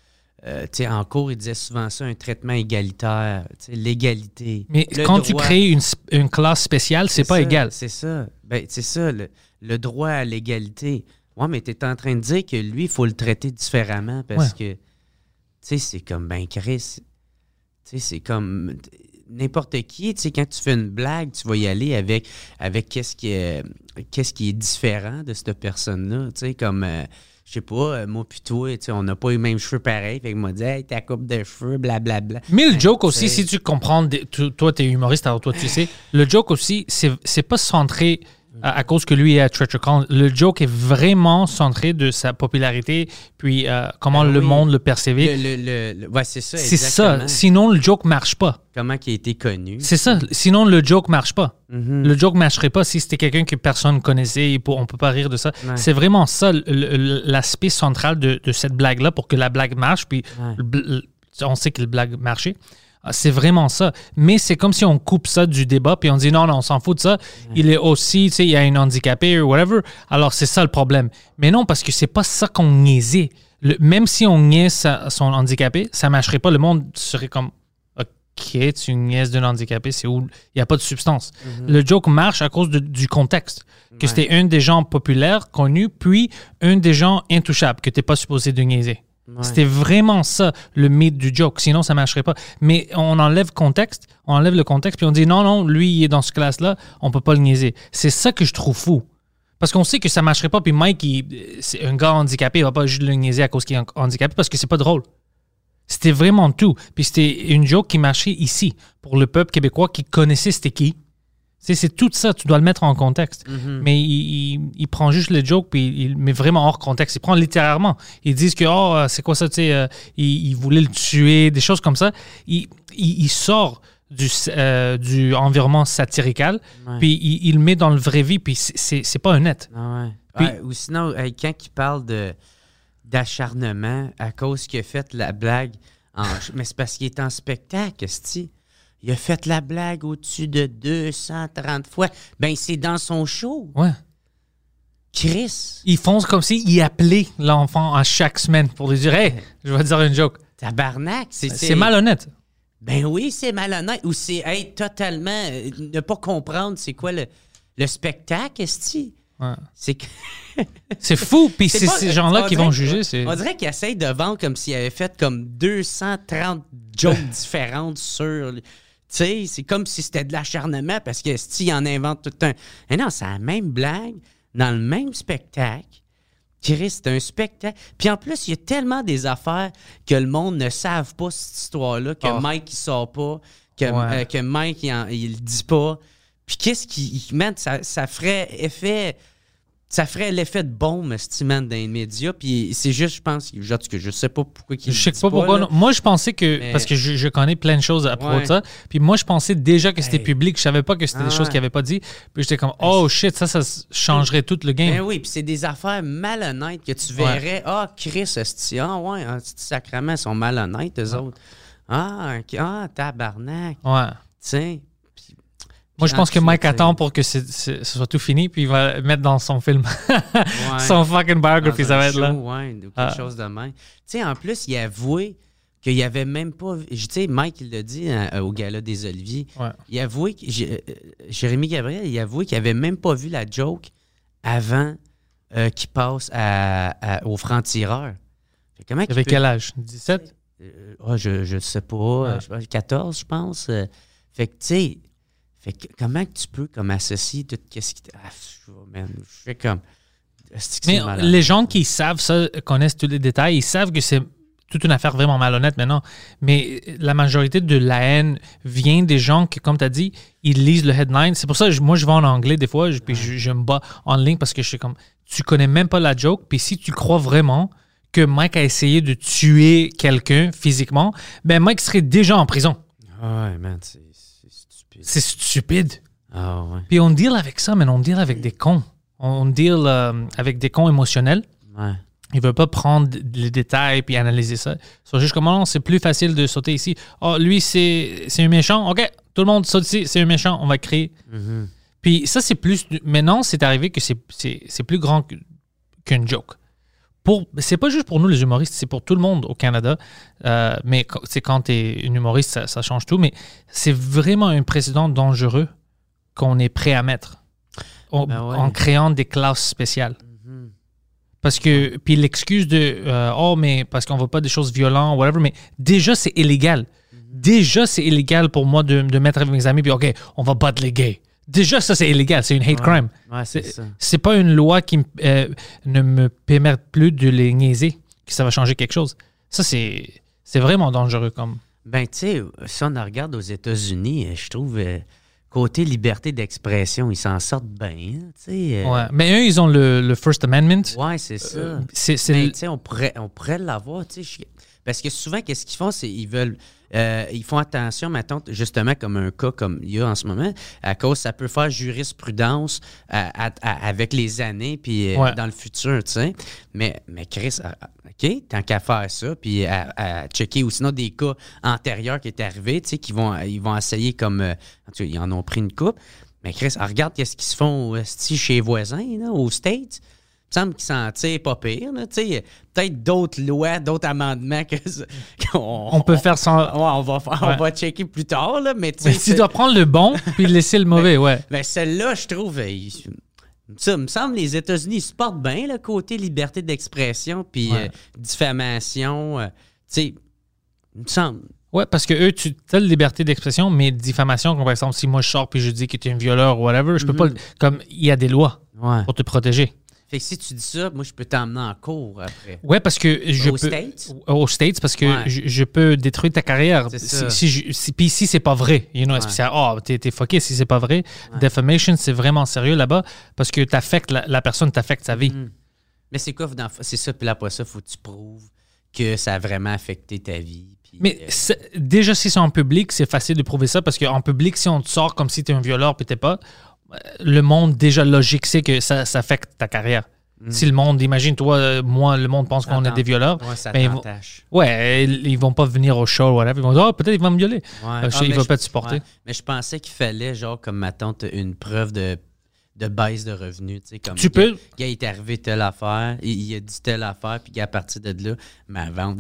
en cours, il disait souvent ça, un traitement égalitaire, l'égalité. Mais quand tu crées une classe spéciale, c'est pas égal. C'est ça. Ben, c'est ça, le droit à l'égalité. Ouais, mais tu es en train de dire que lui, il faut le traiter différemment parce que, tu sais, c'est comme, ben, Chris, tu sais, c'est comme n'importe qui, tu sais, quand tu fais une blague, tu vas y aller avec qu'est-ce qui est différent de cette personne-là, tu sais, comme... je sais pas, moi pis toi, on n'a pas eu les mêmes cheveux pareils. Fait que moi, dit, hey, ta coupe de cheveux, blablabla. Mais le joke aussi, si tu comprends, toi, t'es humoriste, alors toi, tu sais, le joke aussi, c'est pas centré à cause que lui est à TreacherCon. Le joke est vraiment centré de sa popularité, puis comment le monde le percevait. Ouais, c'est ça, c'est ça. Sinon, le joke marche pas. Comment il a été connu. C'est ça. Sinon, le joke marche pas. Mm-hmm. Le joke marcherait pas si c'était quelqu'un que personne connaissait. On peut pas rire de ça. Ouais. C'est vraiment ça, l'aspect central de cette blague-là pour que la blague marche, puis on sait que la blague marchait. C'est vraiment ça. Mais c'est comme si on coupe ça du débat puis on dit non, on s'en fout de ça. Il est aussi, tu sais, il y a un handicapé ou whatever. Alors, c'est ça le problème. Mais non, parce que c'est pas ça qu'on niaisait. Même si on niaise son handicapé, ça marcherait pas. Le monde serait comme OK, tu niaises d'un handicapé, c'est où il n'y a pas de substance. Mm-hmm. Le joke marche à cause du contexte. Que c'était un des gens populaires, connus, puis un des gens intouchables que tu n'es pas supposé de niaiser. Ouais. C'était vraiment ça, le mythe du joke. Sinon, ça ne marcherait pas. Mais on enlève le contexte, puis on dit non, lui, il est dans ce classe-là, on ne peut pas le niaiser. C'est ça que je trouve fou. Parce qu'on sait que ça ne marcherait pas, puis Mike, c'est un gars handicapé, il ne va pas juste le niaiser à cause qu'il est handicapé, parce que c'est pas drôle. C'était vraiment tout. Puis c'était une joke qui marchait ici, pour le peuple québécois qui connaissait c'était qui. C'est tout ça, tu dois le mettre en contexte. Mm-hmm. Mais il prend juste le joke puis il met vraiment hors contexte. Il prend littéralement. Ils disent que, c'est quoi ça, tu sais, il voulait le tuer, des choses comme ça. Il sort du environnement satirical, puis il le met dans le vrai vie, puis c'est pas honnête. Ah ouais. Puis, ou sinon, quand il parle d'acharnement à cause qu'il a fait la blague, mais c'est parce qu'il est en spectacle, c'ti. Il a fait la blague au-dessus de 230 fois. Ben, c'est dans son show. Ouais. Chris. Ils font comme s'il appelait l'enfant à chaque semaine pour lui dire « Hey, je vais te dire une joke. » Tabarnak. C'est malhonnête. Ben oui, c'est malhonnête. Ou c'est être totalement... ne pas comprendre c'est quoi le spectacle, esti. Ouais. C'est que... C'est fou, puis c'est pas- ces gens-là on qui dirait vont que- juger. C'est... On dirait qu'ils essayent de vendre comme s'ils avaient fait comme 230 jokes différentes sur... Tu sais, c'est comme si c'était de l'acharnement parce que s'ils en inventent tout un... Mais non, c'est la même blague dans le même spectacle. Chris, c'est un spectacle. Puis en plus, il y a tellement des affaires que le monde ne savent pas cette histoire-là, que Oh. Mike, il sort pas, que, Ouais. que Mike, il le dit pas. Puis qu'est-ce qui... Man, ça ferait effet... Ça ferait l'effet de bombe, man, dans les médias. Puis c'est juste, je pense, que je sais pas pourquoi qu'il Je sais le dit pas pourquoi. là. non. Moi, je pensais que... Mais- Parce que je connais plein de choses à propos Ouais. de ça. Puis moi, je pensais déjà que c'était Hey. public. Je savais pas que c'était Ah des choses ouais. qu'il avait pas dit. Puis j'étais comme, oh shit, ça changerait tout le game. Ben oui, puis c'est des affaires malhonnêtes que tu Ouais. verrais. Ah, Chris, esti, ah ouais, sacrément, ils sont malhonnêtes, eux autres. Ah, tabarnak. Ouais. Tiens. Moi, je pense que Mike attend pour que ce soit tout fini, puis il va le mettre dans son film. Son fucking biography, ça va être là. Ouais, ou quelque Ah. chose de même. Tu sais, en plus, il a avoué qu'il avait même pas... Tu sais, Mike, il l'a dit au Gala des Oliviers. Ouais. Il a avoué... Jérémy Gabriel, il a avoué qu'il avait même pas vu la joke avant qu'il passe au franc-tireur. Fait comment Il avait quel âge? 17? je sais pas. Ouais. Je pense 14, je pense. Fait que, tu sais... Fait que comment que tu peux comme associer tout qu'est-ce qui... man, je fais comme... est-ce que Mais c'est malade? les gens qui savent ça, connaissent tous les détails, ils savent que c'est toute une affaire vraiment malhonnête maintenant. Mais la majorité de la haine vient des gens qui, comme tu as dit, ils lisent le headline. C'est pour ça que moi, je vais en anglais des fois, puis je me bats en ligne parce que je suis comme, tu connais même pas la joke, puis si tu crois vraiment que Mike a essayé de tuer quelqu'un physiquement, ben Mike serait déjà en prison. Ah ouais, man, c'est stupide. C'est stupide. Ah ouais. Puis on deal avec ça, mais on deal avec des cons. On deal avec des cons émotionnels. Ouais. Ils ne veulent pas prendre les détails puis analyser ça. Ils sont juste comme, non, c'est plus facile de sauter ici. Oh, lui, c'est un méchant. OK, tout le monde saute ici, c'est un méchant. On va créer. Mhm. Puis ça, c'est plus... Maintenant, c'est arrivé que c'est plus grand qu'une joke. C'est pas juste pour nous, les humoristes, c'est pour tout le monde au Canada. Mais c'est quand tu es un humoriste, ça change tout. Mais c'est vraiment un précédent dangereux qu'on est prêt à mettre Ben ouais. en créant des classes spéciales. Mhm. Parce que, puis l'excuse de, oh, mais parce qu'on veut pas des choses violentes, whatever, mais déjà, c'est illégal. Déjà, c'est illégal pour moi de mettre avec mes amis, puis OK, on va battre les gays. Déjà, ça, c'est illégal. C'est une hate crime. Ouais, c'est ça. C'est pas une loi qui ne me permet plus de les niaiser, que ça va changer quelque chose. Ça, c'est vraiment dangereux comme... Ben, tu sais, si on regarde aux États-Unis, je trouve, côté liberté d'expression, ils s'en sortent bien, hein, tu sais. Ouais. Mais eux, ils ont le First Amendment. Ouais, c'est ça. C'est Mais tu sais, on pourrait l'avoir, tu sais. Parce que souvent, qu'est-ce qu'ils font, c'est ils font attention, mettons, justement, comme un cas comme il y a en ce moment, à cause ça peut faire jurisprudence avec les années, puis Ouais. dans le futur, tu sais. Mais Chris, OK, tant qu'à faire ça, puis à checker ou sinon des cas antérieurs qui étaient arrivés, tu sais, ils vont essayer comme... en tout cas, ils en ont pris une coupe. Mais Chris, regarde qu'est-ce qu'ils se font chez les voisins, là, aux States. Il me semble qu'ils s'en tirent pas pire. Là, peut-être d'autres lois, d'autres amendements on peut faire sans... Ouais, on va checker plus tard. Là, mais tu sais, Tu dois prendre le bon puis laisser le mauvais, ouais. ben, celle-là, je trouve... ça me semble les États-Unis ils se portent bien, le côté liberté d'expression puis Ouais. diffamation. Tu sais, il me semble... Ouais, parce que eux, tu as la liberté d'expression, mais diffamation, comme par exemple, si moi je sors puis je dis que tu es un violeur ou whatever, je peux pas... Comme, il y a des lois Ouais. pour te protéger. Fait que si tu dis ça, moi, je peux t'emmener en cours après. Ouais, parce que je Aux peux... States? Aux States, parce que Ouais. je peux détruire ta carrière. C'est ça. Puis si c'est pas vrai, you know, Ouais. spécial, oh, t'es fucké si c'est pas vrai. Defamation, c'est vraiment sérieux là-bas, parce que t'affectes la personne, t'affectes sa vie. Mm. Mais c'est quoi, c'est ça, puis là, après ça, il faut que tu prouves que ça a vraiment affecté ta vie. Puis, Mais déjà, si c'est en public, c'est facile de prouver ça, parce qu'en public, si on te sort comme si t'es un violeur puis t'es pas, le monde, déjà logique, sait que ça affecte ta carrière. Si le monde, imagine, toi, moi, le monde pense qu'on est des violeurs. Ouais, ça ben, ils vont- t'entache. Ouais, ils vont pas venir au show ou whatever. Ils vont dire, oh, peut-être il va me violer. Ouais. Il mais va je- pas te supporter. ouais. Mais je pensais qu'il fallait, genre, comme ma tante, une preuve de baisse de revenus. Tu sais, comme Tu peux. gars, il est arrivé telle affaire, il a dit telle affaire, puis à partir de là, ma vente...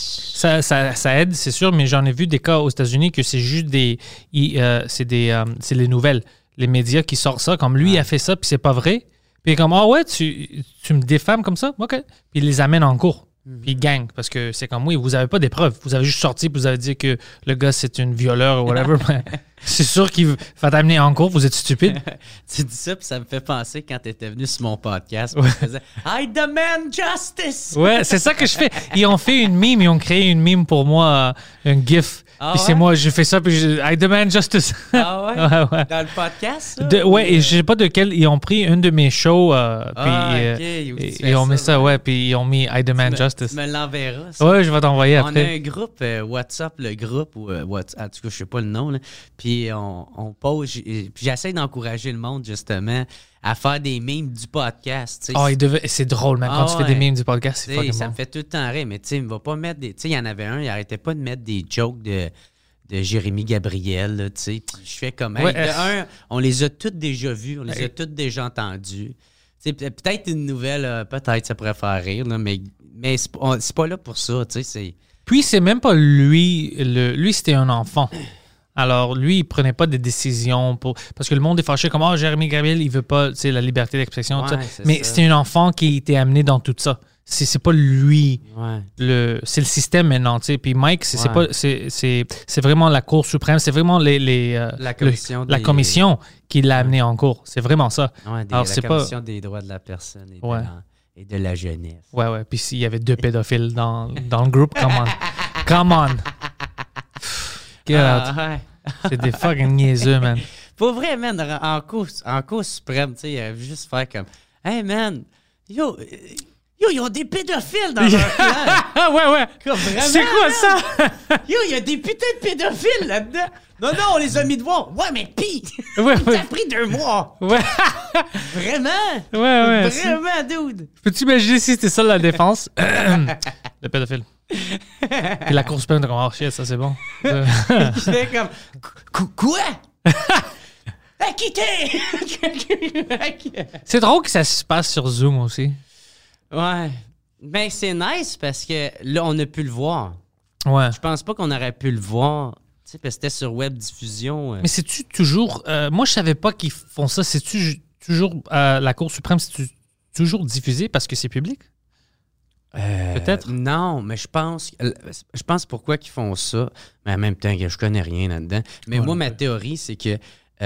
Ça aide, c'est sûr, mais j'en ai vu des cas aux États-Unis que c'est juste c'est les nouvelles, les médias qui sortent ça, comme lui a fait ça, puis c'est pas vrai. Puis comme, ah ouais, tu me diffames comme ça? OK. Puis ils les amènent en cours. Puis ils gagnent. Parce que c'est comme, oui, vous avez pas des preuves. Vous avez juste sorti puis vous avez dit que le gars, c'est une violeur ou whatever. C'est sûr qu'il va t'amener en cours. Vous êtes stupide. Tu dis ça, puis ça me fait penser quand tu étais venu sur mon podcast. Je faisais « I demand justice! » Ouais, c'est ça que je fais. Ils ont fait une meme. Ils ont créé une meme pour moi, un GIF. Puis c'est moi, je fais ça, puis I demand justice. Ah ouais? Ouais. Dans le podcast, ça? Ouais, et je sais pas de quel. Ils ont pris une de mes shows, puis ils ont mis ça, ouais, puis ils ont mis I demand justice. Tu me l'enverras, ça. Ouais, je vais t'envoyer On après. a un groupe, WhatsApp, le groupe, ou en tout cas, je sais pas le nom, là. Puis on pose, puis j'essaie d'encourager le monde, justement, à faire des memes du podcast. Oh, c'est drôle, même. Quand tu fais des memes du podcast, c'est fucking ça bon. me fait tout le temps rire, mais tu sais, il ne va pas mettre des. Tu sais, il y en avait un, il arrêtait pas de mettre des jokes de Jérémy Gabriel, là, tu sais. Puis je fais comme. Hey, on les a toutes déjà vus, on les a toutes déjà entendus. Tu sais, peut-être une nouvelle, peut-être ça pourrait faire rire, là, mais c'est pas là pour ça, tu sais. Puis c'est même pas lui. Lui, c'était un enfant. Alors, lui, il prenait pas des décisions parce que le monde est fâché comme « Ah, Jérémy Gabriel, il veut pas, tu sais, la liberté d'expression. Ouais, » Mais c'était un enfant qui était amené dans tout ça. C'est pas lui. Ouais. C'est le système maintenant, tu sais. Puis Mike, c'est vraiment la Cour suprême. C'est vraiment la commission qui l'a amené en cours. C'est vraiment ça. Ouais, Alors, la commission des droits de la personne et de la jeunesse. Ouais. Puis s'il y avait 2 pédophiles dans le groupe, come on. Get out. Ouais. C'est des fucking niaiseux, man. Pour vrai, man, en cours suprême, tu sais, juste faire comme « Hey, man, yo, ils ont des pédophiles dans leur clan. » Ouais. Comme, vraiment, c'est quoi ça? Yo, il y a des putains de pédophiles là-dedans. Non, on les a mis devoir. Ouais, mais pis, Ouais. ça a pris 2 mois. Ouais. Vraiment? Ouais. Vraiment, dude. Peux-tu imaginer si c'était ça la défense? Le pédophile. Puis la Cour suprême de comme, oh shit, ça c'est bon. Je fais comme, quoi? Quittez! C'est drôle que ça se passe sur Zoom aussi. Ouais. Ben, c'est nice parce que là, on a pu le voir. Ouais. Je pense pas qu'on aurait pu le voir. Tu sais, parce que c'était sur web diffusion. Mais c'est-tu toujours. Moi, je savais pas qu'ils font ça. C'est-tu toujours. La Cour suprême, c'est-tu toujours diffusé parce que c'est public? Peut-être? Non, mais je pense pourquoi ils font ça. Mais en même temps, je connais rien là-dedans. Mais moi, ma théorie, c'est que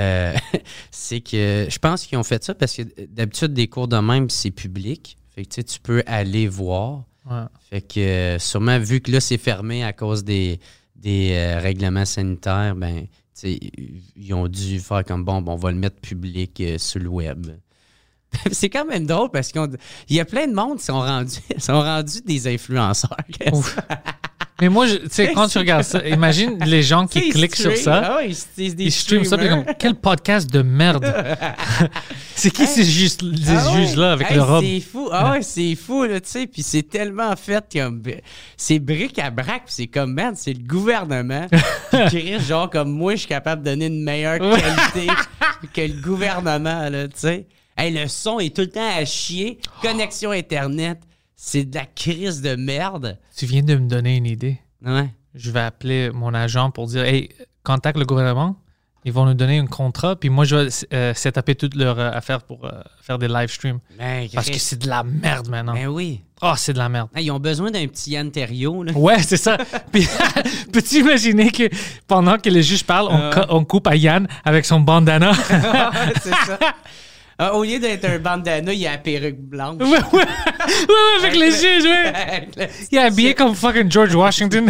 je pense qu'ils ont fait ça parce que d'habitude, des cours de même, c'est public. Fait que tu peux aller voir. Ouais. Fait que sûrement, vu que là, c'est fermé à cause des règlements sanitaires, ben, ils ont dû faire comme bon, on va le mettre public sur le web. C'est quand même drôle parce qu'il y a plein de monde qui sont rendus des influenceurs. Mais moi, tu sais, quand tu regardes ça, imagine les gens qui cliquent sur ça. Ils streament ça, puis comme, quel podcast de merde. C'est qui ces juges-là avec le robe? C'est fou. C'est fou, là, tu sais. Puis c'est tellement fait comme. C'est bric-à-brac, puis c'est comme, man, c'est le gouvernement qui risque, genre, comme moi, je suis capable de donner une meilleure qualité que le gouvernement, là, tu sais. Hey, le son est tout le temps à chier. Connexion Internet. C'est de la crise de merde. Tu viens de me donner une idée. Ouais. Je vais appeler mon agent pour dire, hey, contacte le gouvernement. Ils vont nous donner un contrat, puis moi, je vais setuper toutes leurs affaires pour faire des live streams. Ben, parce que c'est de la merde maintenant. Ben oui. Oh, c'est de la merde. Hey, ils ont besoin d'un petit Yann Terriot, là. Ouais, c'est ça. Puis, peux-tu imaginer que pendant que les juges parlent, on coupe à Yann avec son bandana? C'est ça. Au lieu d'être un bandana, il a la perruque blanche. Ouais, avec les juges, ouais. Il est habillé comme fucking George Washington.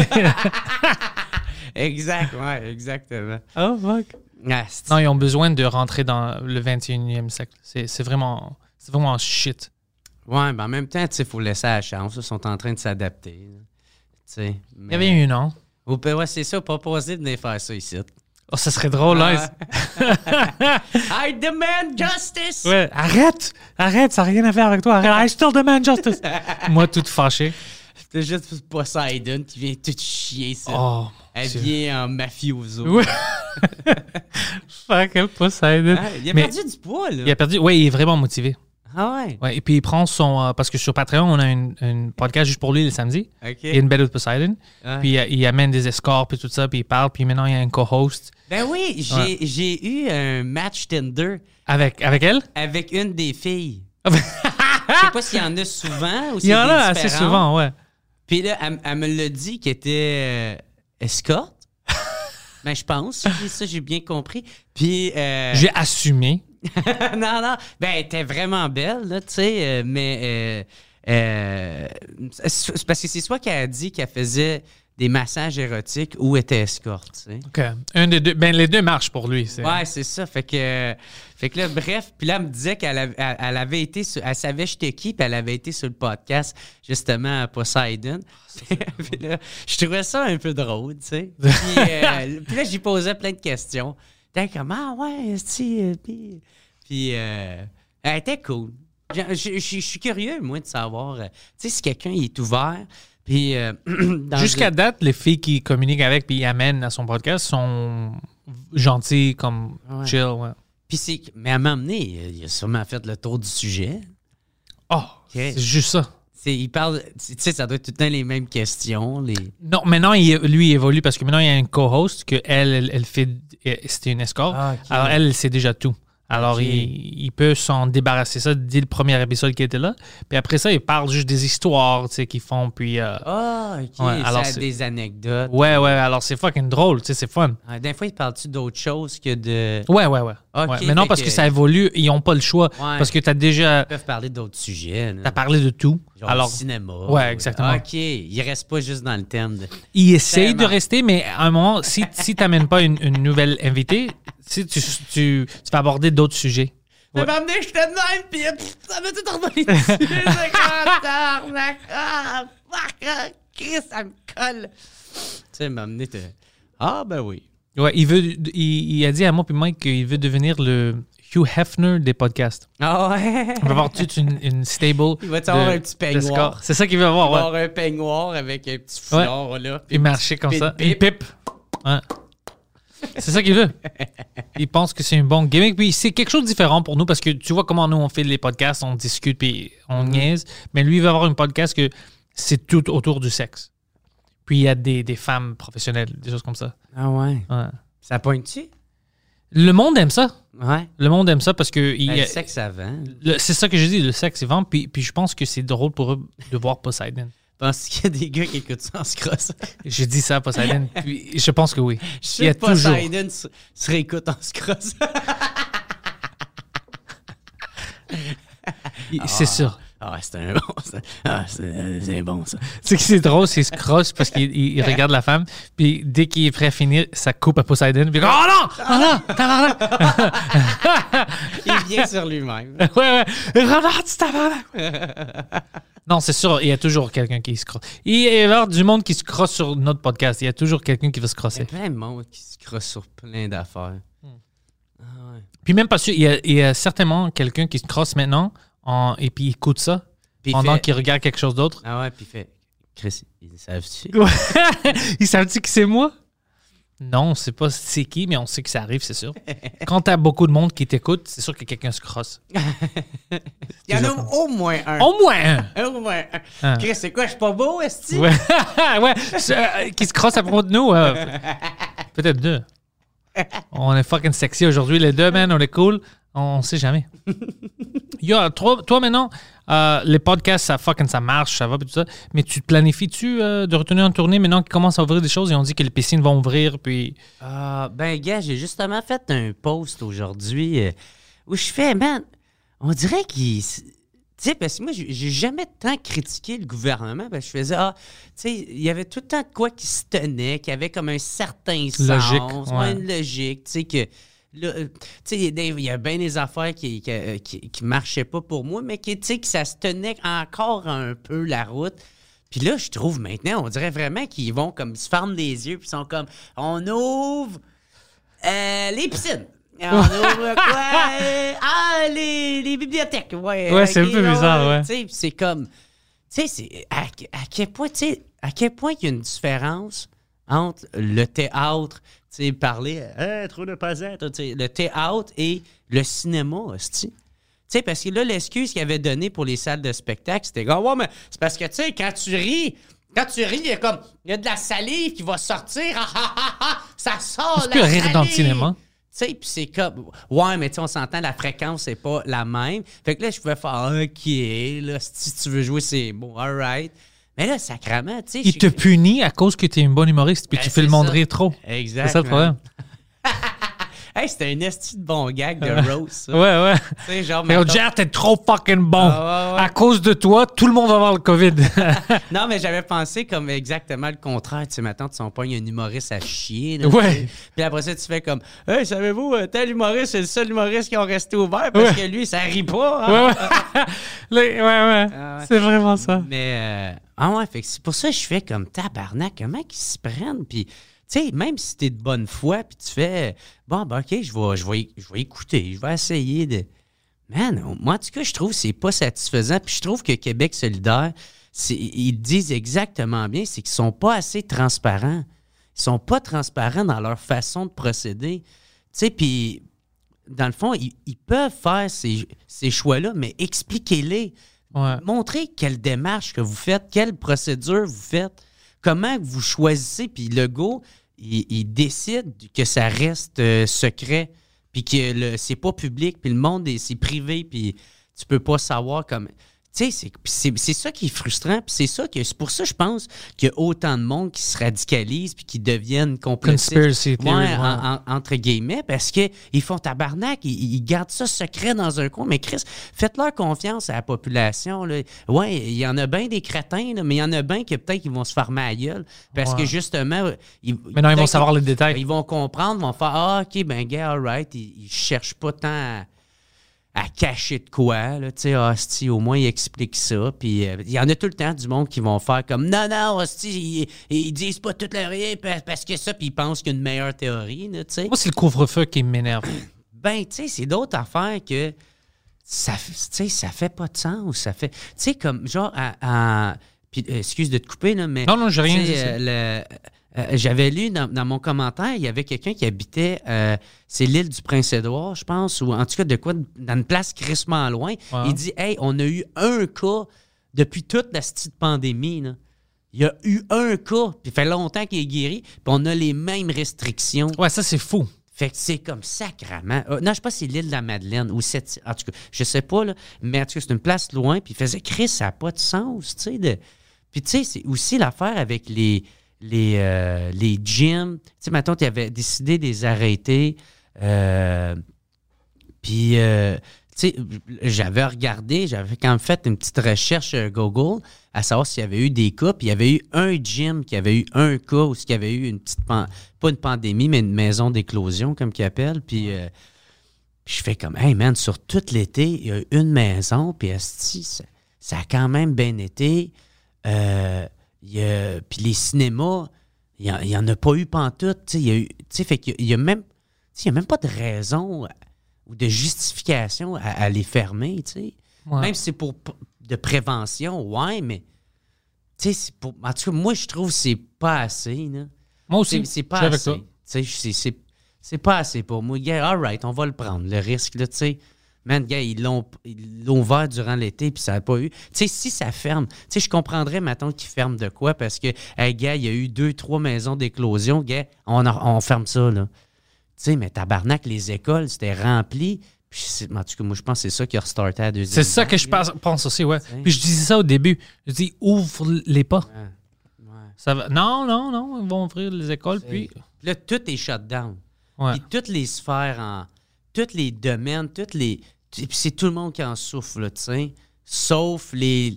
Exactement. Oh, fuck. Non, ils ont besoin de rentrer dans le 21e siècle. C'est vraiment shit. Ouais, mais en même temps, il faut laisser la chance. Ils sont en train de s'adapter. Il y avait une an. Ouais, c'est ça. Proposer de venir faire ça ici. Oh, ça serait drôle, hein? I demand justice! Ouais, arrête, ça n'a rien à faire avec toi. Arrête, I still demand justice. Moi, tout fâché. C'était juste Poseidon qui vient tout chier, ça. Oh, habillé en mafioso. Ouais. Fuck, Poseidon. Il a perdu du poids, là. Il est vraiment motivé. Ah ouais? Ouais, et puis il prend son... parce que sur Patreon, on a un podcast juste pour lui le samedi. OK. Il y a une bed with Poseidon. Puis il amène des escorts et tout ça, puis il parle. Puis maintenant, il y a un co-host. Ben oui, j'ai eu un match Tinder. Avec elle? Avec une des filles. Je sais pas s'il y en a souvent ou Il y en a des assez différents. souvent, ouais. Puis là, elle me l'a dit qu'elle était escorte. Ben, je pense. Ça, j'ai bien compris. Puis... J'ai assumé. non. Ben, elle était vraiment belle, là, tu sais, mais... c'est parce que c'est soit qu'elle a dit qu'elle faisait des massages érotiques ou était escorte, tu sais. OK. Un des deux. Ben, les deux marchent pour lui. Ouais, c'est ça. Fait que là, bref, puis là, elle me disait elle avait été elle savait j'étais qui, puis elle avait été sur le podcast, justement, à Poseidon. Puis là, je trouvais ça un peu drôle, tu sais. Puis là, j'y posais plein de questions. T'es comme, ah ouais, puis elle était cool. Je suis curieux, moi, de savoir, tu sais, si quelqu'un il est ouvert. Puis, jusqu'à date, les filles qui communiquent avec puis amènent à son podcast sont gentilles, comme chill. Ouais. Puis mais à m'amener, il a sûrement fait le tour du sujet. Oh, c'est juste ça. Il parle, tu sais, ça doit être tout le temps les mêmes questions. Non, maintenant, lui, il évolue parce que maintenant, il y a une co-host que elle fait, c'était une escorte. Ah, okay. Alors, elle sait déjà tout. Alors, Okay. il peut s'en débarrasser ça dès le premier épisode qui était là. Puis après ça, il parle juste des histoires, tu sais, qu'ils font. Puis, OK. ouais, alors ça a des anecdotes. Ouais, alors c'est fucking drôle, tu sais, c'est fun. Des fois, il parle-tu d'autres choses que de... Ouais. OK, Ouais. Mais non, parce que ça évolue, ils n'ont pas le choix. Ouais. Parce que tu as déjà... Ils peuvent parler d'autres sujets. Tu as parlé de tout. Genre alors, le cinéma. Ouais, exactement. OK. Il reste pas juste dans le thème. Il essaye de Tellement. rester, mais à un moment, si tu n'amènes pas une nouvelle invitée, si tu vas aborder d'autres sujets. Ça m'a amené, je te même, puis ça m'a tout redonné dessus. C'est comme, tabarnak. Ah, fuck, Chris, ça me colle. Tu sais, il m'a amené... Ah, ben oui. Ouais, il a dit à moi puis Mike qu'il veut devenir le Hugh Hefner des podcasts. Ah ouais? Il va avoir toute une stable. Il va avoir un petit peignoir. C'est ça qu'il veut Il va avoir, avoir un peignoir avec un petit foulard, là. Il marchait comme ça. Une pipe. Ouais. C'est ça qu'il veut. Il pense que c'est un bon gimmick. Puis c'est quelque chose de différent pour nous parce que tu vois comment nous on fait les podcasts, on discute puis on niaise. Mais lui, il veut avoir un podcast que c'est tout autour du sexe. Puis il y a des femmes professionnelles, des choses comme ça. Ah ouais? Ouais. Ça pointe-tu? Le monde aime ça. Ouais. Le monde aime ça parce que... Le sexe avant. C'est ça que je dis, le sexe, c'est vend. Puis je pense que c'est drôle pour eux de voir Poseidon. Penses-tu qu'il y a des gars qui écoutent ça en se crossant? J'ai dit ça à Poseidon, puis je pense que oui. Je Il y sais a que toujours... Poseidon se réécoute en se crossant. C'est sûr. Ah, c'est un bon, ça. Ah, c'est bon, ça. Tu sais que c'est drôle, c'est qu'il se crosse parce qu'il regarde la femme, puis dès qu'il est prêt à finir, ça coupe à Poseidon, puis oh non! Oh non! Tabarnak! Il vient sur lui-même. Ouais. Renard, tu tabarnak! Non, c'est sûr, il y a toujours quelqu'un qui se crosse. Il y a du monde qui se crosse sur notre podcast. Il y a toujours quelqu'un qui va se Il y a crosser. plein de monde qui se crosse sur plein d'affaires. Ah ouais. Puis même pas sûr, il y a certainement quelqu'un qui se crosse maintenant et puis il écoute ça Puis il pendant fait- qu'il regarde quelque chose d'autre. Ah ouais, puis il fait... Chris, ils savent-tu? Ouais. Ils savent-tu que c'est moi? Non, on sait pas c'est qui, mais on sait que ça arrive, c'est sûr. Quand t'as beaucoup de monde qui t'écoute, c'est sûr que quelqu'un se crosse. Il y en a au moins un. Au moins un! Au moins un. Ah. Chris, c'est quoi? Je suis pas beau, est-ce Ouais, ouais. Qui se crosse à propos de nous. Peut-être deux. On est fucking sexy aujourd'hui, les deux, man. On est cool. On sait jamais. Yo, toi maintenant, les podcasts, ça marche, ça va, puis tout ça. Mais tu te planifies-tu de retourner en tournée maintenant qu'ils commencent à ouvrir des choses et on dit que les piscines vont ouvrir, puis... Ben, gars, j'ai justement fait un post aujourd'hui où je fais, man, on dirait qu'il... Tu sais, parce que moi, j'ai jamais tant critiqué le gouvernement, parce que je faisais, tu sais, il y avait tout le temps de quoi qui se tenait, qui avait comme un certain sens. Logique, ouais. Une logique, tu sais, que... Là, tu sais, il y a bien des affaires qui marchaient pas pour moi, mais tu sais, que ça se tenait encore un peu la route. Puis là, je trouve maintenant, on dirait vraiment qu'ils vont comme, ils se ferment les yeux, puis ils sont comme, on ouvre les piscines. On ouvre quoi? Les bibliothèques. Ouais, c'est un peu bizarre, ouais. Tu sais, c'est comme, tu sais, c'est à quel point, tu sais, à quel point il y a une différence entre le théâtre, tu sais, parler, trop de pasette, tu sais, le théâtre et le cinéma, hostie. Tu sais, parce que là, l'excuse qu'il avait donnée pour les salles de spectacle, c'était « ouais, mais c'est parce que, tu sais, quand tu ris, il y a de la salive qui va sortir, ça sort, Tu peux rire dans le cinéma. Tu sais, puis c'est comme... Ouais, mais tu sais, on s'entend, la fréquence, c'est pas la même. Fait que là, je pouvais faire, OK, là, si tu veux jouer, c'est bon, all right. Mais là, sacrément, tu sais... Il te punit à cause que tu es une bonne humoriste puis tu fais le monde rire trop. Exactement. C'est ça le problème. Hey, c'était un esti de bon gag de Rose, ça. Ouais. Tu sais, genre... Mais mettons- Jer, t'es trop fucking bon. Ouais. À cause de toi, tout le monde va avoir le COVID. Non, mais j'avais pensé comme exactement le contraire. Tu sais, maintenant, tu pognes un humoriste à chier. Là, Ouais. tu sais. Puis après ça, tu fais comme, hey, savez-vous, tel humoriste, c'est le seul humoriste qui ont resté ouvert parce que lui, ça rit pas. Hein? Ouais. Ouais. C'est vraiment ça. Mais, fait que c'est pour ça que je fais comme tabarnak. Comment qu'ils s'y prennent? Puis, tu sais, même si t'es de bonne foi, puis tu fais, bon, ben, OK, je vais écouter, je vais essayer de. Man, moi, en tout cas, je trouve que c'est pas satisfaisant. Puis je trouve que Québec solidaire, ils disent exactement bien, c'est qu'ils sont pas assez transparents. Ils sont pas transparents dans leur façon de procéder. Tu sais, puis, dans le fond, ils peuvent faire ces choix-là, mais expliquez-les. Ouais. Montrez quelle démarche que vous faites, quelle procédure vous faites, comment vous choisissez, puis Legault, il décide que ça reste secret, puis que c'est pas public, puis le monde, c'est privé, puis tu peux pas savoir comme... Tu sais, c'est ça qui est frustrant, puis c'est pour ça, je pense, qu'il y a autant de monde qui se radicalise puis qui deviennent complotistes. Conspiracy theory, ouais. Entre guillemets, parce qu'ils font tabarnak, ils gardent ça secret dans un coin. Mais Chris, faites-leur confiance à la population. Là. Ouais, il y en a bien des crétins, là, mais il y en a bien qui peut-être qu'ils vont se fermer à la gueule, parce que justement... Mais non, ils vont savoir les détails. Ils vont comprendre, vont faire « Ah, OK, ben gars, all right. » Ils cherchent pas tant à cacher de quoi, là, tu sais, hostie, au moins, il explique ça, puis il y en a tout le temps du monde qui vont faire comme, non, hostie, ils disent pas tout le rien parce que ça, puis ils pensent qu'il y a une meilleure théorie, là, tu sais. Moi, c'est le couvre-feu qui m'énerve. Ben, tu sais, c'est d'autres affaires que ça fait pas de sens, ça fait, tu sais, comme, genre, puis, excuse de te couper, là, mais... Non, j'ai rien dit. J'avais lu dans mon commentaire, il y avait quelqu'un qui habitait, c'est l'île du Prince-Édouard, je pense, ou en tout cas de quoi, dans une place crissement loin. Ouais. Il dit, hey, on a eu un cas depuis toute la petite pandémie, là. Il y a eu un cas, puis il fait longtemps qu'il est guéri, puis on a les mêmes restrictions. Ouais, ça, c'est fou. Fait que c'est comme sacrament. Non, je sais pas si c'est l'île de la Madeleine ou cette. En tout cas, je sais pas, là. Mais en tout cas, c'est une place loin, puis il faisait, Chris, ça n'a pas de sens, tu sais. Puis tu sais, c'est aussi l'affaire avec les gyms. Tu sais, mettons, tu avais décidé de les arrêter. Puis, tu sais, j'avais regardé, j'avais quand même fait une petite recherche Google à savoir s'il y avait eu des cas. Puis, il y avait eu un gym qui avait eu un cas ou s'il y avait eu une petite, pas une pandémie, mais une maison d'éclosion, comme qu'ils appellent. Puis, je fais comme, hey man, sur tout l'été, il y a eu une maison. Puis, ça a quand même bien été. Puis les cinémas, il n'y en a pas eu pantoute. Fait qu'il y a même pas de raison ou de justification à les fermer. Ouais. Même si c'est pour de prévention, ouais, mais c'est pour. En tout cas, moi, je trouve que c'est pas assez. Là. Moi aussi. C'est pas assez. C'est pas assez pour moi. Yeah, all right, on va le prendre, le risque. Là, man, gars, ils l'ont ouvert durant l'été, puis ça n'a pas eu. Tu sais, si ça ferme, tu sais, je comprendrais, maintenant qu'ils ferment de quoi, parce que, hey, gars, il y a eu 2-3 maisons d'éclosion, gars, on ferme ça, là. Tu sais, mais tabarnak, les écoles, c'était rempli. Puis, en tout cas, moi, je pense que c'est ça qui a restarté à la deuxième. C'est ça que je pense aussi, ouais. Puis je disais ça au début. Je dis, ouvre-les pas. Ouais. Ça va. Non, ils vont ouvrir les écoles, puis... Là, tout est shut down. Ouais. Puis toutes les sphères, tous les domaines, puis c'est tout le monde qui en souffre, là, tu sais. Sauf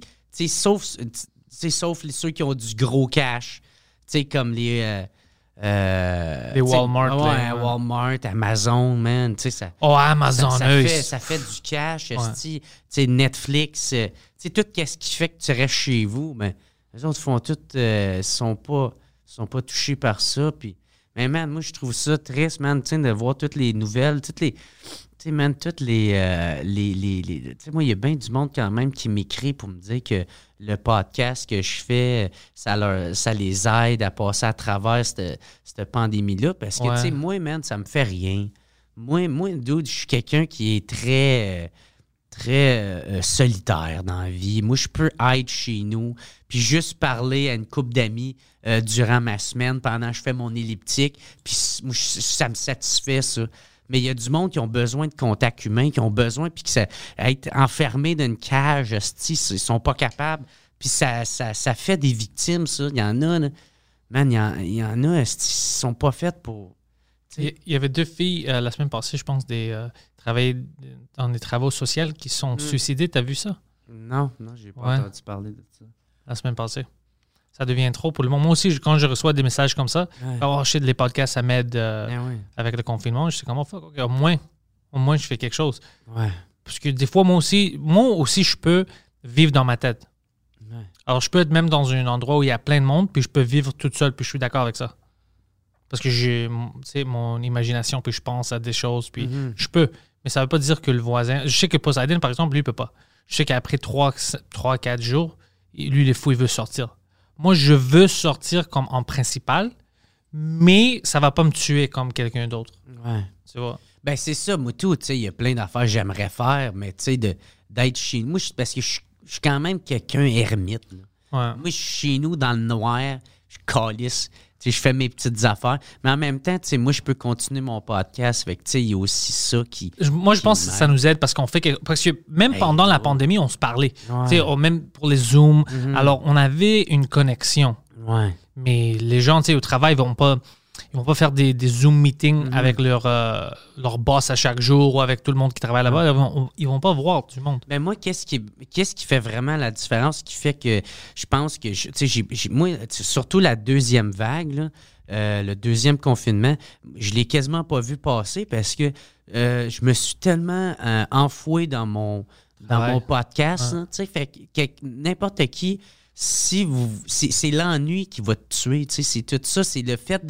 ceux qui ont du gros cash. Tu sais, comme les Walmart. Walmart, Amazon, man. Tu sais, ça. Oh, Amazon, ça fait du cash. Tu sais, Netflix. Tu sais, tout ce qui fait que tu restes chez vous, mais les autres font tout. sont pas touchés par ça. Puis, mais man, moi, je trouve ça triste, man, tu sais, de voir toutes les nouvelles, toutes les. Tu sais, man, toutes les tu sais, moi, il y a bien du monde quand même qui m'écrit pour me dire que le podcast que je fais, ça les aide à passer à travers cette pandémie-là. Parce que, tu sais, moi, man, ça me fait rien. Moi, dude, je suis quelqu'un qui est très solitaire dans la vie. Moi, je peux être chez nous puis juste parler à une couple d'amis durant ma semaine pendant que je fais mon elliptique. Puis moi, ça me satisfait, ça. Mais il y a du monde qui ont besoin de contact humain, qui ont besoin, puis que être enfermé dans une cage, hostie, ils sont pas capables. Puis ça fait des victimes, ça. Il y en a, là. Man, il y en a, hostie, ils sont pas faits pour... Il y avait 2 filles la semaine passée, je pense, travaillaient dans des travaux sociaux qui sont suicidées. T'as vu ça? Non, j'ai pas entendu parler de ça. La semaine passée. Ça devient trop pour le moment. Moi aussi, quand je reçois des messages comme ça, shit, les podcasts, ça m'aide avec le confinement. Je sais comment faire. Au moins, je fais quelque chose. Ouais. Parce que des fois, moi aussi, je peux vivre dans ma tête. Ouais. Alors, je peux être même dans un endroit où il y a plein de monde, puis je peux vivre toute seule, puis je suis d'accord avec ça. Parce que j'ai mon imagination, puis je pense à des choses, puis je peux. Mais ça ne veut pas dire que le voisin... Je sais que Poseidon, par exemple, lui, il ne peut pas. Je sais qu'après 3-4 jours, lui, il est fou, il veut sortir. Moi, je veux sortir comme en principal, mais ça ne va pas me tuer comme quelqu'un d'autre. Ouais. Tu vois? Ben, c'est ça, moi, tout. Tu sais, il y a plein d'affaires que j'aimerais faire, mais tu sais, d'être chez nous. Moi, parce que je suis quand même quelqu'un ermite. Là. Ouais. Moi, je suis chez nous dans le noir, je calisse. Tu sais, je fais mes petites affaires. Mais en même temps, tu sais, moi, je peux continuer mon podcast. Fait que, tu sais, il y a aussi ça qui... Moi, je pense que ça nous aide parce qu'on fait... Parce que même pendant la pandémie, on se parlait. Ouais. Tu sais, même pour les Zooms. Alors, on avait une connexion. Ouais. Mais les gens, tu sais, au travail, ils vont pas faire des Zoom meetings avec leur boss à chaque jour ou avec tout le monde qui travaille là-bas. Ils vont pas voir du monde. Mais moi, qu'est-ce qui fait vraiment la différence? Qui fait que je pense que, tu sais, moi, surtout la deuxième vague, là, le deuxième confinement, je l'ai quasiment pas vu passer parce que je me suis tellement enfoué dans mon podcast. Tu sais, fait que n'importe qui... c'est l'ennui qui va te tuer, tu sais, c'est tout ça, c'est le fait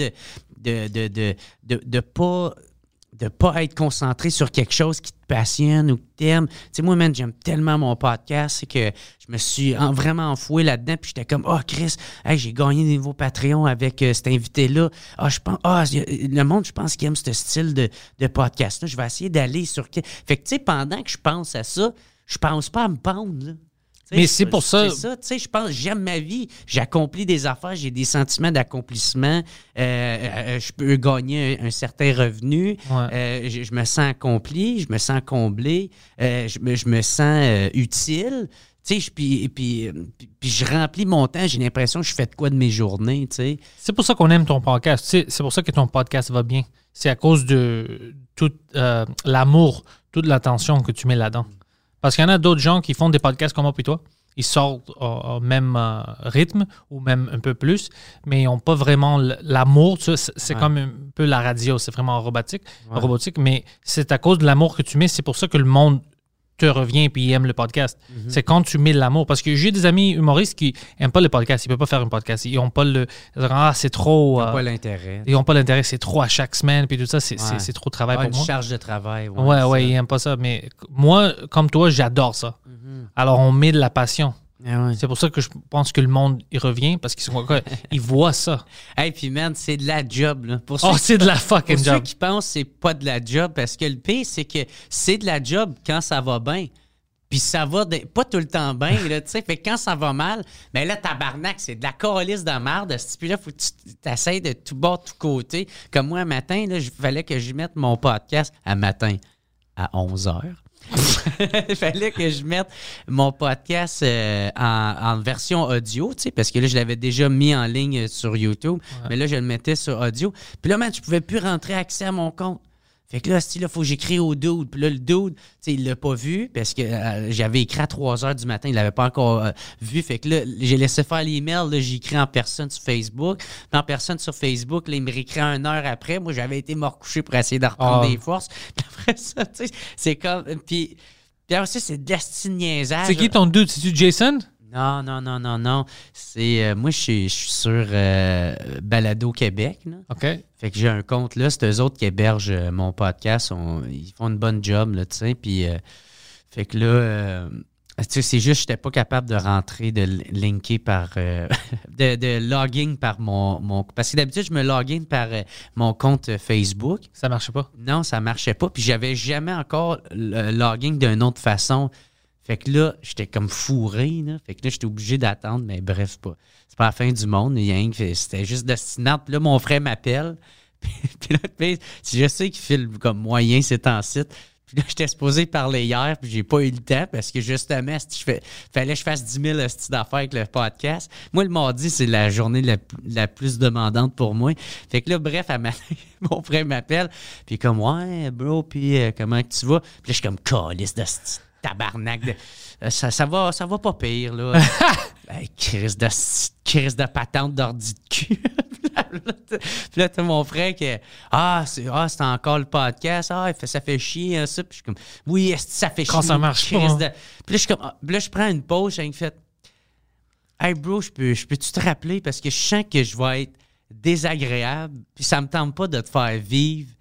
de pas être concentré sur quelque chose qui te passionne ou que t'aimes. Tu sais, moi, man, j'aime tellement mon podcast, c'est que je me suis vraiment enfoué là-dedans, puis j'étais comme, Chris, hey, j'ai gagné des nouveaux Patreons avec cet invité-là. Le monde, je pense qu'il aime ce style de podcast-là. Je vais essayer d'aller sur... Fait que, tu sais, pendant que je pense à ça, je pense pas à me pendre, là. Mais c'est pour ça. C'est ça, tu sais, je pense, j'aime ma vie, j'accomplis des affaires, j'ai des sentiments d'accomplissement, je peux gagner un certain revenu, je me sens accompli, je me sens comblé, je me sens utile, tu sais, puis je remplis mon temps, j'ai l'impression que je fais de quoi de mes journées, tu sais. C'est pour ça qu'on aime ton podcast, tu sais, c'est pour ça que ton podcast va bien. C'est à cause de tout l'amour, toute l'attention que tu mets là-dedans. Parce qu'il y en a d'autres gens qui font des podcasts comme moi puis toi. Ils sortent au même rythme ou même un peu plus, mais ils n'ont pas vraiment l'amour. Tu sais, c'est comme un peu la radio, c'est vraiment robotique, mais c'est à cause de l'amour que tu mets. C'est pour ça que le monde te revient et ils aiment le podcast. C'est quand tu mets de l'amour. Parce que j'ai des amis humoristes qui n'aiment pas le podcast. Ils ne peuvent pas faire un podcast. Ils n'ont pas c'est trop... Ils n'ont pas l'intérêt. Ils n'ont pas l'intérêt. C'est trop à chaque semaine. Puis tout ça, c'est trop de travail pour moi. Une charge de travail. Ouais, ils n'aiment pas ça. Mais moi, comme toi, j'adore ça. Alors, on met de la passion. C'est pour ça que je pense que le monde y revient parce qu'ils voient ça. Hey, puis man, c'est de la job. Là. C'est de la fucking job. Pour ceux qui pensent que c'est pas de la job, parce que le pire, c'est que c'est de la job quand ça va bien. Puis ça va pas tout le temps bien, là, tu sais. Fait que quand ça va mal, ben là, tabarnak, c'est de la calisse de merde. Puis là, faut que tu t'essayes de tout bord, tout côté. Comme moi, un matin, il fallait que je mette mon podcast à 11h. Il fallait que je mette mon podcast en version audio, tu sais, parce que là, je l'avais déjà mis en ligne sur YouTube, mais là, je le mettais sur audio. Puis là, man, je pouvais plus rentrer accès à mon compte. Fait que là, il faut que j'écris au dude. Puis là, le dude, tu sais, il l'a pas vu parce que j'avais écrit à 3h du matin. Il l'avait pas encore vu. Fait que là, j'ai laissé faire l'email. Là, j'ai écrit en personne sur Facebook. Puis en personne sur Facebook, là, il me réécrit 1 heure après. Moi, j'avais été me recoucher pour essayer de reprendre des forces. Puis après ça, tu sais, c'est comme... Puis après ça, c'est destiny niaisage. C'est qui ton dude? C'est-tu Jason? Non. C'est moi, je suis sur Balado Québec. Là. OK. Fait que j'ai un compte là. C'est eux autres qui hébergent mon podcast. Ils font une bonne job, là, tu sais. Puis, fait que là, tu sais, c'est juste que j'étais pas capable de rentrer, de linker par... de login par mon... Parce que d'habitude, je me login par mon compte Facebook. Ça marchait pas? Non, ça marchait pas. Puis j'avais jamais encore le login d'une autre façon. Fait que là, j'étais comme fourré, là. Fait que là, j'étais obligé d'attendre, mais bref, c'est pas la fin du monde. C'était juste destinant. Puis là, mon frère m'appelle, Puis là, je sais qu'il file comme moyen ces temps-ci. Puis là, j'étais supposé parler hier, puis j'ai pas eu le temps parce que justement, fallait que je fasse 10 000 d'affaires avec le podcast. Moi, le mardi, c'est la journée la plus demandante pour moi. Fait que là, bref, mon frère m'appelle, puis comme, ouais, bro, puis comment que tu vas? Puis là, je suis comme, calice de tabarnak. Ça va pas pire, là. Crise de patente d'ordi de cul. Puis là, t'as mon frère qui c'est encore le podcast. Ça fait chier, hein, ça. Puis je suis comme, oui, ça fait chier. Quand ça marche pas. Puis là, je suis comme, là, je prends une pause. J'ai fait, hey, bro, je peux-tu te rappeler? Parce que je sens que je vais être désagréable. Puis ça me tente pas de te faire vivre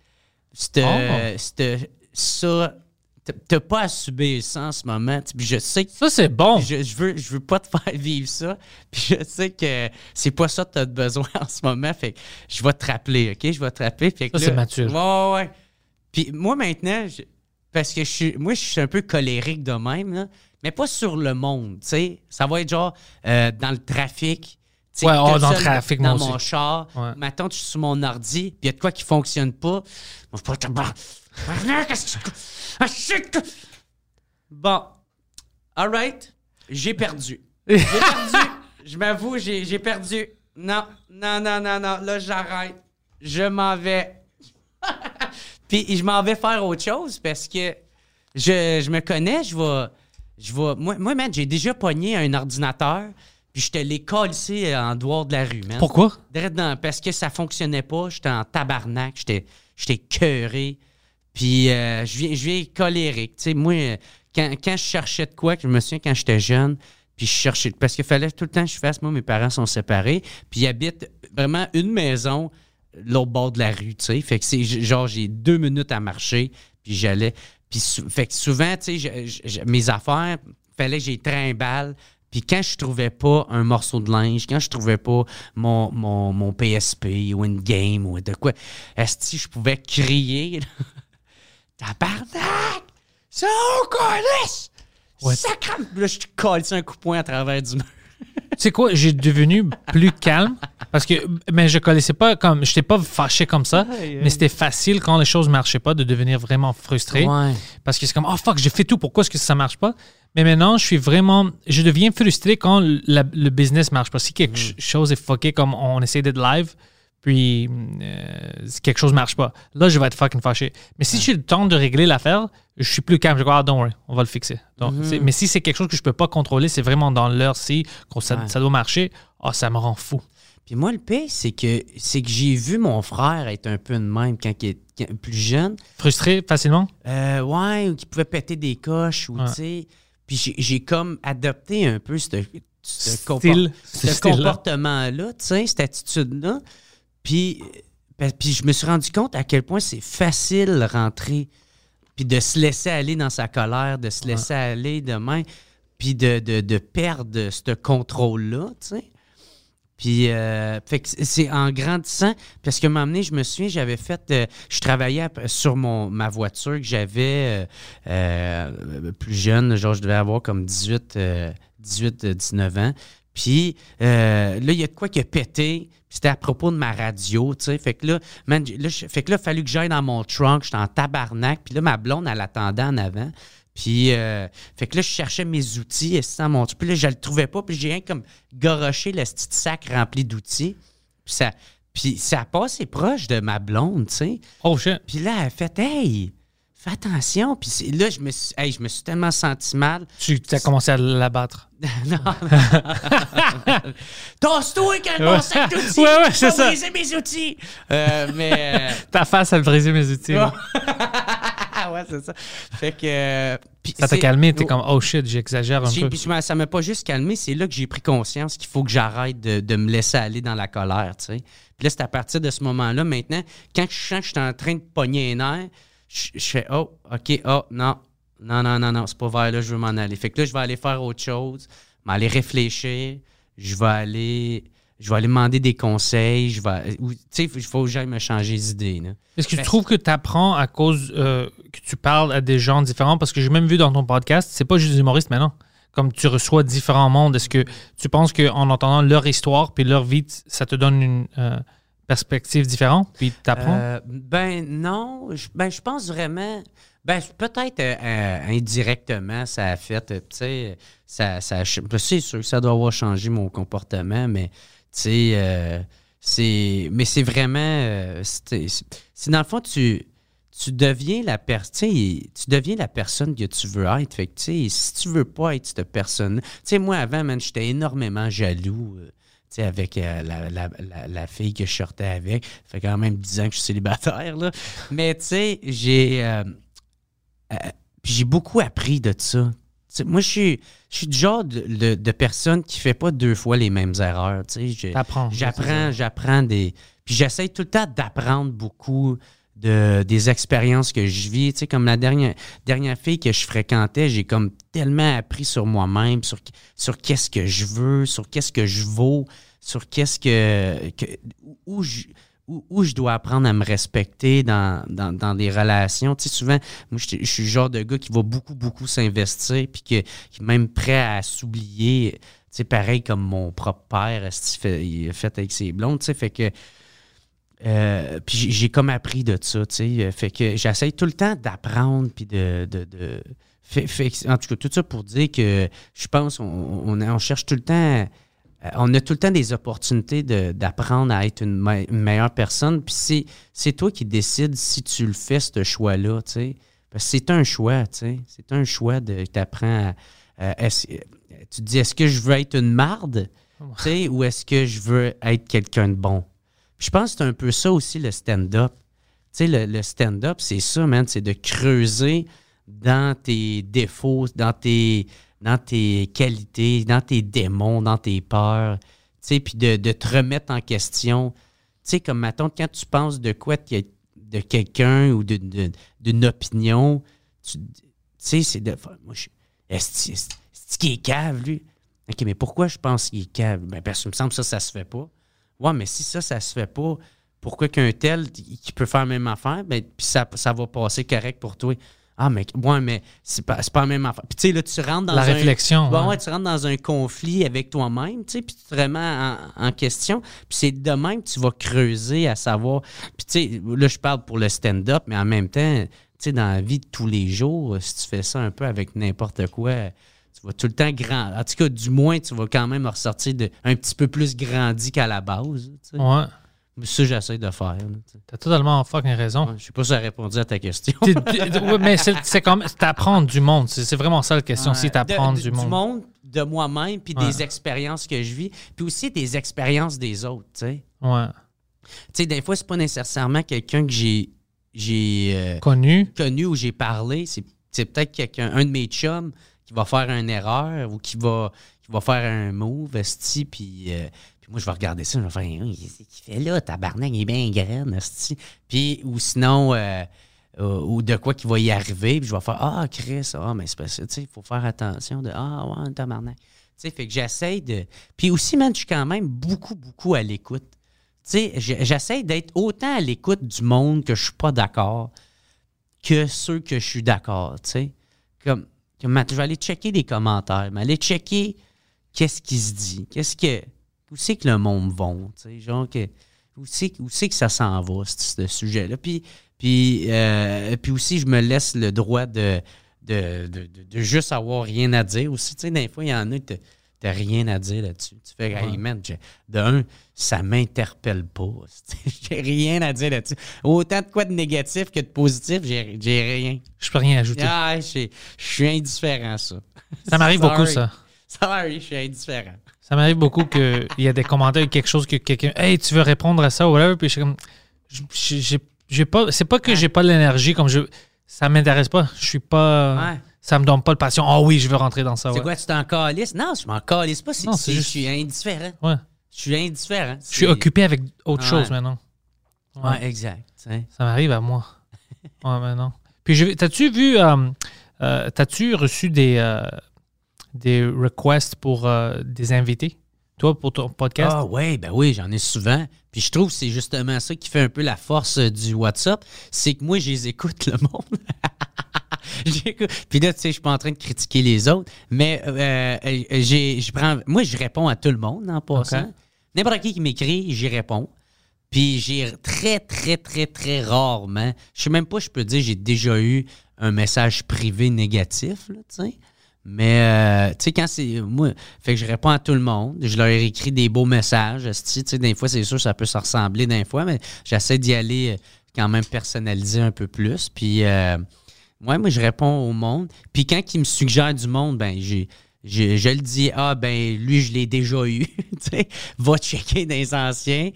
ça. T'as pas à subir ça en ce moment. Puis je sais que ça, c'est bon. Je veux pas te faire vivre ça. Puis je sais que c'est pas ça que t'as besoin en ce moment. Fait que je vais te rappeler, OK? Je vais te rappeler. Fait que ça, c'est mature. Ouais. Puis moi, maintenant, parce que je suis un peu colérique de même, là, mais pas sur le monde, tu sais. Ça va être genre dans le trafic. Ouais, dans le trafic, dans moi mon aussi. char. Ouais. Maintenant, je suis sur mon ordi, puis il y a de quoi qui fonctionne pas. Bon. All right. J'ai perdu. Je m'avoue, j'ai perdu. Non. Là, j'arrête. Je m'en vais. Puis je m'en vais faire autre chose parce que je me connais. Je vais. Moi, man, j'ai déjà pogné un ordinateur. Puis je te l'ai collé en dehors de la rue, man. Pourquoi? Parce que ça fonctionnait pas. J'étais en tabarnak. J'étais cœuré. Puis je viens colérique. Tu sais, moi, quand je cherchais de quoi, je me souviens quand j'étais jeune, puis je cherchais... Parce qu'il fallait tout le temps que je fasse... Moi, mes parents sont séparés. Puis ils habitent vraiment une maison, l'autre bord de la rue, tu sais. Fait que c'est genre, j'ai 2 minutes à marcher, puis j'allais... Puis fait que souvent, tu sais, mes affaires, fallait que j'y trimballe. Puis quand je trouvais pas un morceau de linge, quand je trouvais pas mon PSP ou une game ou de quoi, est-ce que je pouvais crier? Tabarnak! Ça, on calisse! Ouais. Sacrement! Là, je te calisse un coup de poing à travers du mur. Tu sais quoi, j'ai devenu plus calme parce que, mais je connaissais pas comme, j'étais pas fâché comme ça, mais c'était facile quand les choses marchaient pas de devenir vraiment frustré. Ouais. Parce que c'est comme, oh fuck, j'ai fait tout, pourquoi est-ce que ça marche pas? Mais maintenant, je deviens frustré quand le business marche pas. Si quelque chose est fucké, comme on essaie d'être live, puis quelque chose marche pas, là, je vais être fucking fâché. Mais si j'ai le temps de régler l'affaire, je suis plus calme. Je dis, don't worry, on va le fixer. Donc, mais si c'est quelque chose que je peux pas contrôler, c'est vraiment dans l'heure-ci, ça doit marcher, ça me rend fou. Puis moi, le pire, c'est que j'ai vu mon frère être un peu de même quand il est plus jeune. Frustré facilement? Ouais, ou qu'il pouvait péter des coches, ou tu sais. Puis j'ai comme adopté un peu ce comportement-là, tu sais, cette attitude-là. Puis je me suis rendu compte à quel point c'est facile de rentrer, puis de se laisser aller dans sa colère, de se laisser aller demain, puis de perdre ce contrôle-là, tu sais. Puis, fait que c'est en grandissant, parce qu'à un moment donné, je me souviens, j'avais fait, je travaillais sur ma voiture que j'avais plus jeune, genre je devais avoir comme 18-19 ans. Puis là, il y a de quoi qui a pété, puis c'était à propos de ma radio, tu sais. Fait que là, il a fallu que j'aille dans mon trunk, j'étais en tabarnak, puis là, ma blonde, elle attendait en avant. Puis, fait que là, je cherchais mes outils dans mon... Puis là, je le trouvais pas. Puis j'ai rien comme goroché le petit sac rempli d'outils. Puis ça a passé proche de ma blonde, tu sais. Oh shit. Puis là, elle a fait « Hey, fais attention. » Puis là, je me suis tellement senti mal. Tu as commencé à l'abattre. Non. Tasse-toi avec mon sac d'outils. Ouais, c'est ça. Briser mes outils. Mais... Ta face a brisé mes outils. Ouais, c'est ça. Fait que... ça t'a calmé, t'es comme, oh shit, j'exagère un peu. Puis ça m'a pas juste calmé, c'est là que j'ai pris conscience qu'il faut que j'arrête de me laisser aller dans la colère, tu sais. Puis là, c'est à partir de ce moment-là, maintenant, quand je sens que je suis en train de pogner un nerf, je fais, oh, OK, oh, non, c'est pas vers là que je veux m'en aller. Fait que là, je vais aller faire autre chose, m'aller réfléchir, je vais aller demander des conseils, tu sais, il faut que j'aille me changer d'idée, là. Est-ce que tu trouves que tu apprends à cause que tu parles à des gens différents? Parce que j'ai même vu dans ton podcast, c'est pas juste des humoristes maintenant. Comme tu reçois différents mondes, est-ce que tu penses qu'en entendant leur histoire puis leur vie, ça te donne perspectives différentes, puis t'apprends? Ben non, je pense vraiment... Ben, peut-être indirectement, ça a fait, tu sais, c'est sûr que ça doit avoir changé mon comportement, mais, tu sais, c'est vraiment, c'est dans le fond, tu deviens tu deviens la personne que tu veux être. Fait que, tu sais, si tu veux pas être cette personne, tu sais, moi, avant, man, j'étais énormément jaloux, tu sais, avec la fille que je sortais avec. Ça fait quand même 10 ans que je suis célibataire, là. Mais, tu sais, puis j'ai beaucoup appris de ça. T'sais, moi, je suis du genre de personne qui fait pas 2 fois les mêmes erreurs. J'apprends des... Puis j'essaie tout le temps d'apprendre beaucoup des expériences que je vis. T'sais, comme la dernière fille que je fréquentais, j'ai comme tellement appris sur moi-même, sur qu'est-ce que je veux, sur qu'est-ce que je vaux, sur qu'est-ce où je dois apprendre à me respecter dans des relations. Tu sais, souvent, moi, je suis le genre de gars qui va beaucoup, beaucoup s'investir puis qui est même prêt à s'oublier. Tu sais, pareil comme mon propre père, il a fait avec ses blondes. Tu sais, fait que... puis j'ai comme appris de ça, tu sais. Fait que j'essaie tout le temps d'apprendre puis en tout cas, tout ça pour dire que je pense on cherche tout le temps... On a tout le temps des opportunités d'apprendre à être une meilleure personne. Puis c'est toi qui décides si tu le fais, ce choix-là, tu sais. Parce que c'est un choix, tu sais. C'est un choix de t'apprends tu te dis, est-ce que je veux être une marde, tu sais, ou est-ce que je veux être quelqu'un de bon? Puis je pense que c'est un peu ça aussi, le stand-up. Tu sais, le stand-up, c'est ça, man. C'est de creuser dans tes défauts, dans tes qualités, dans tes démons, dans tes peurs, tu sais, puis de te remettre en question. Tu sais, comme, mettons, quand tu penses de quoi de quelqu'un ou d'une opinion, tu sais, c'est de... Moi, est-ce qu'il est cave, lui? OK, mais pourquoi je pense qu'il est cave? Ben, parce que il me semble que ça se fait pas. Ouais, mais si ça se fait pas, pourquoi qu'un tel qui peut faire la même affaire, ben, puis ça va passer correct pour toi? Ah, mais c'est pas la même affaire. Puis, tu sais, là, tu rentres dans la réflexion. Ouais, tu rentres dans un conflit avec toi-même, tu sais, puis tu te remets en question. Puis c'est de même que tu vas creuser à savoir. Puis, tu sais, là, je parle pour le stand-up, mais en même temps, tu sais, dans la vie de tous les jours, si tu fais ça un peu avec n'importe quoi, tu vas tout le temps grand. En tout cas, du moins, tu vas quand même ressortir un petit peu plus grandi qu'à la base. Tu sais. Ouais. Ça, j'essaie de faire. T'as totalement fucking raison. Ouais, je sais pas si ça a répondu à ta question. Oui, mais c'est comme t'apprendre du monde. C'est vraiment ça la question, si t'apprendre du monde. Du monde, de moi-même, puis des expériences que je vis, puis aussi des expériences des autres, tu sais. Ouais. Tu sais, des fois, c'est pas nécessairement quelqu'un que j'ai connu ou j'ai parlé. C'est peut-être un de mes chums qui va faire une erreur ou qui va faire un move, esti, puis moi, je vais regarder ça, je vais faire « Qu'est-ce qu'il fait là? Tabarnak, il est bien graine, esti. » Puis, ou sinon, ou de quoi qu'il va y arriver, puis je vais faire « Ah, Chris, mais c'est pas ça, tu sais, il faut faire attention de « Ah, ouais, tabarnak. » Tu sais, fait que j'essaie de... Puis aussi, man, je suis quand même beaucoup, beaucoup à l'écoute. Tu sais, j'essaie d'être autant à l'écoute du monde que je suis pas d'accord que ceux que je suis d'accord, tu sais. Comme je vais aller checker des commentaires, mais aller checker qu'est-ce qui se dit, où c'est que le monde va, tu sais, genre où c'est que ça s'en va, ce sujet-là. Puis aussi, je me laisse le droit de juste avoir rien à dire aussi. Tu sais, des fois, il y en a, t'as rien à dire là-dessus. Tu fais, hey, man, ça m'interpelle pas. J'ai rien à dire là-dessus. Autant de quoi de négatif que de positif, j'ai rien. Je peux rien ajouter. Ah, je suis indifférent, ça. Ça m'arrive beaucoup, ça. Sorry, je suis indifférent. Ça m'arrive beaucoup qu'il y a des commentaires, quelque chose que quelqu'un... Hey, tu veux répondre à ça ou whatever? Puis je suis comme... J'ai pas... C'est pas que j'ai pas l'énergie, comme ça m'intéresse pas. Je suis pas... Ouais. Ça me donne pas de passion. Ah oui, je veux rentrer dans ça. C'est quoi, tu t'en calisses? Non, je m'en calisse pas. C'est juste... Je suis indifférent. Ouais. Je suis indifférent. Je suis occupé avec autre chose maintenant. Ouais, exact. T'sais. Ça m'arrive à moi. Ouais, maintenant. Puis, t'as-tu vu... t'as-tu reçu des requests pour des invités, toi, pour ton podcast? Ah oui, j'en ai souvent. Puis je trouve que c'est justement ça qui fait un peu la force du WhatsApp, c'est que moi, je les écoute, le monde. Puis là, tu sais, je suis pas en train de critiquer les autres, mais moi, je réponds à tout le monde en passant. Okay. N'importe qui m'écrit, j'y réponds. Puis j'ai très, très, très, très rarement, je sais même pas, je peux dire, j'ai déjà eu un message privé négatif, là, tu sais. Mais, tu sais, quand c'est... Moi, fait que je réponds à tout le monde. Je leur ai écrit des beaux messages. Tu sais, des fois, c'est sûr, ça peut se ressembler des fois, mais j'essaie d'y aller quand même personnalisé un peu plus. Puis, moi, je réponds au monde. Puis quand ils me suggèrent du monde, ben je le dis, lui, je l'ai déjà eu. Tu sais, va checker dans les anciens.